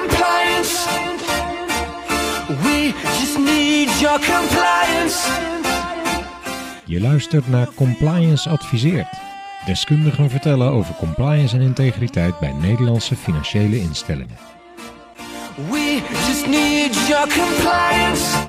compliance. We just need your compliance. Je luistert naar Compliance Adviseert. Deskundigen vertellen over compliance en integriteit bij Nederlandse financiële instellingen. We just need your compliance.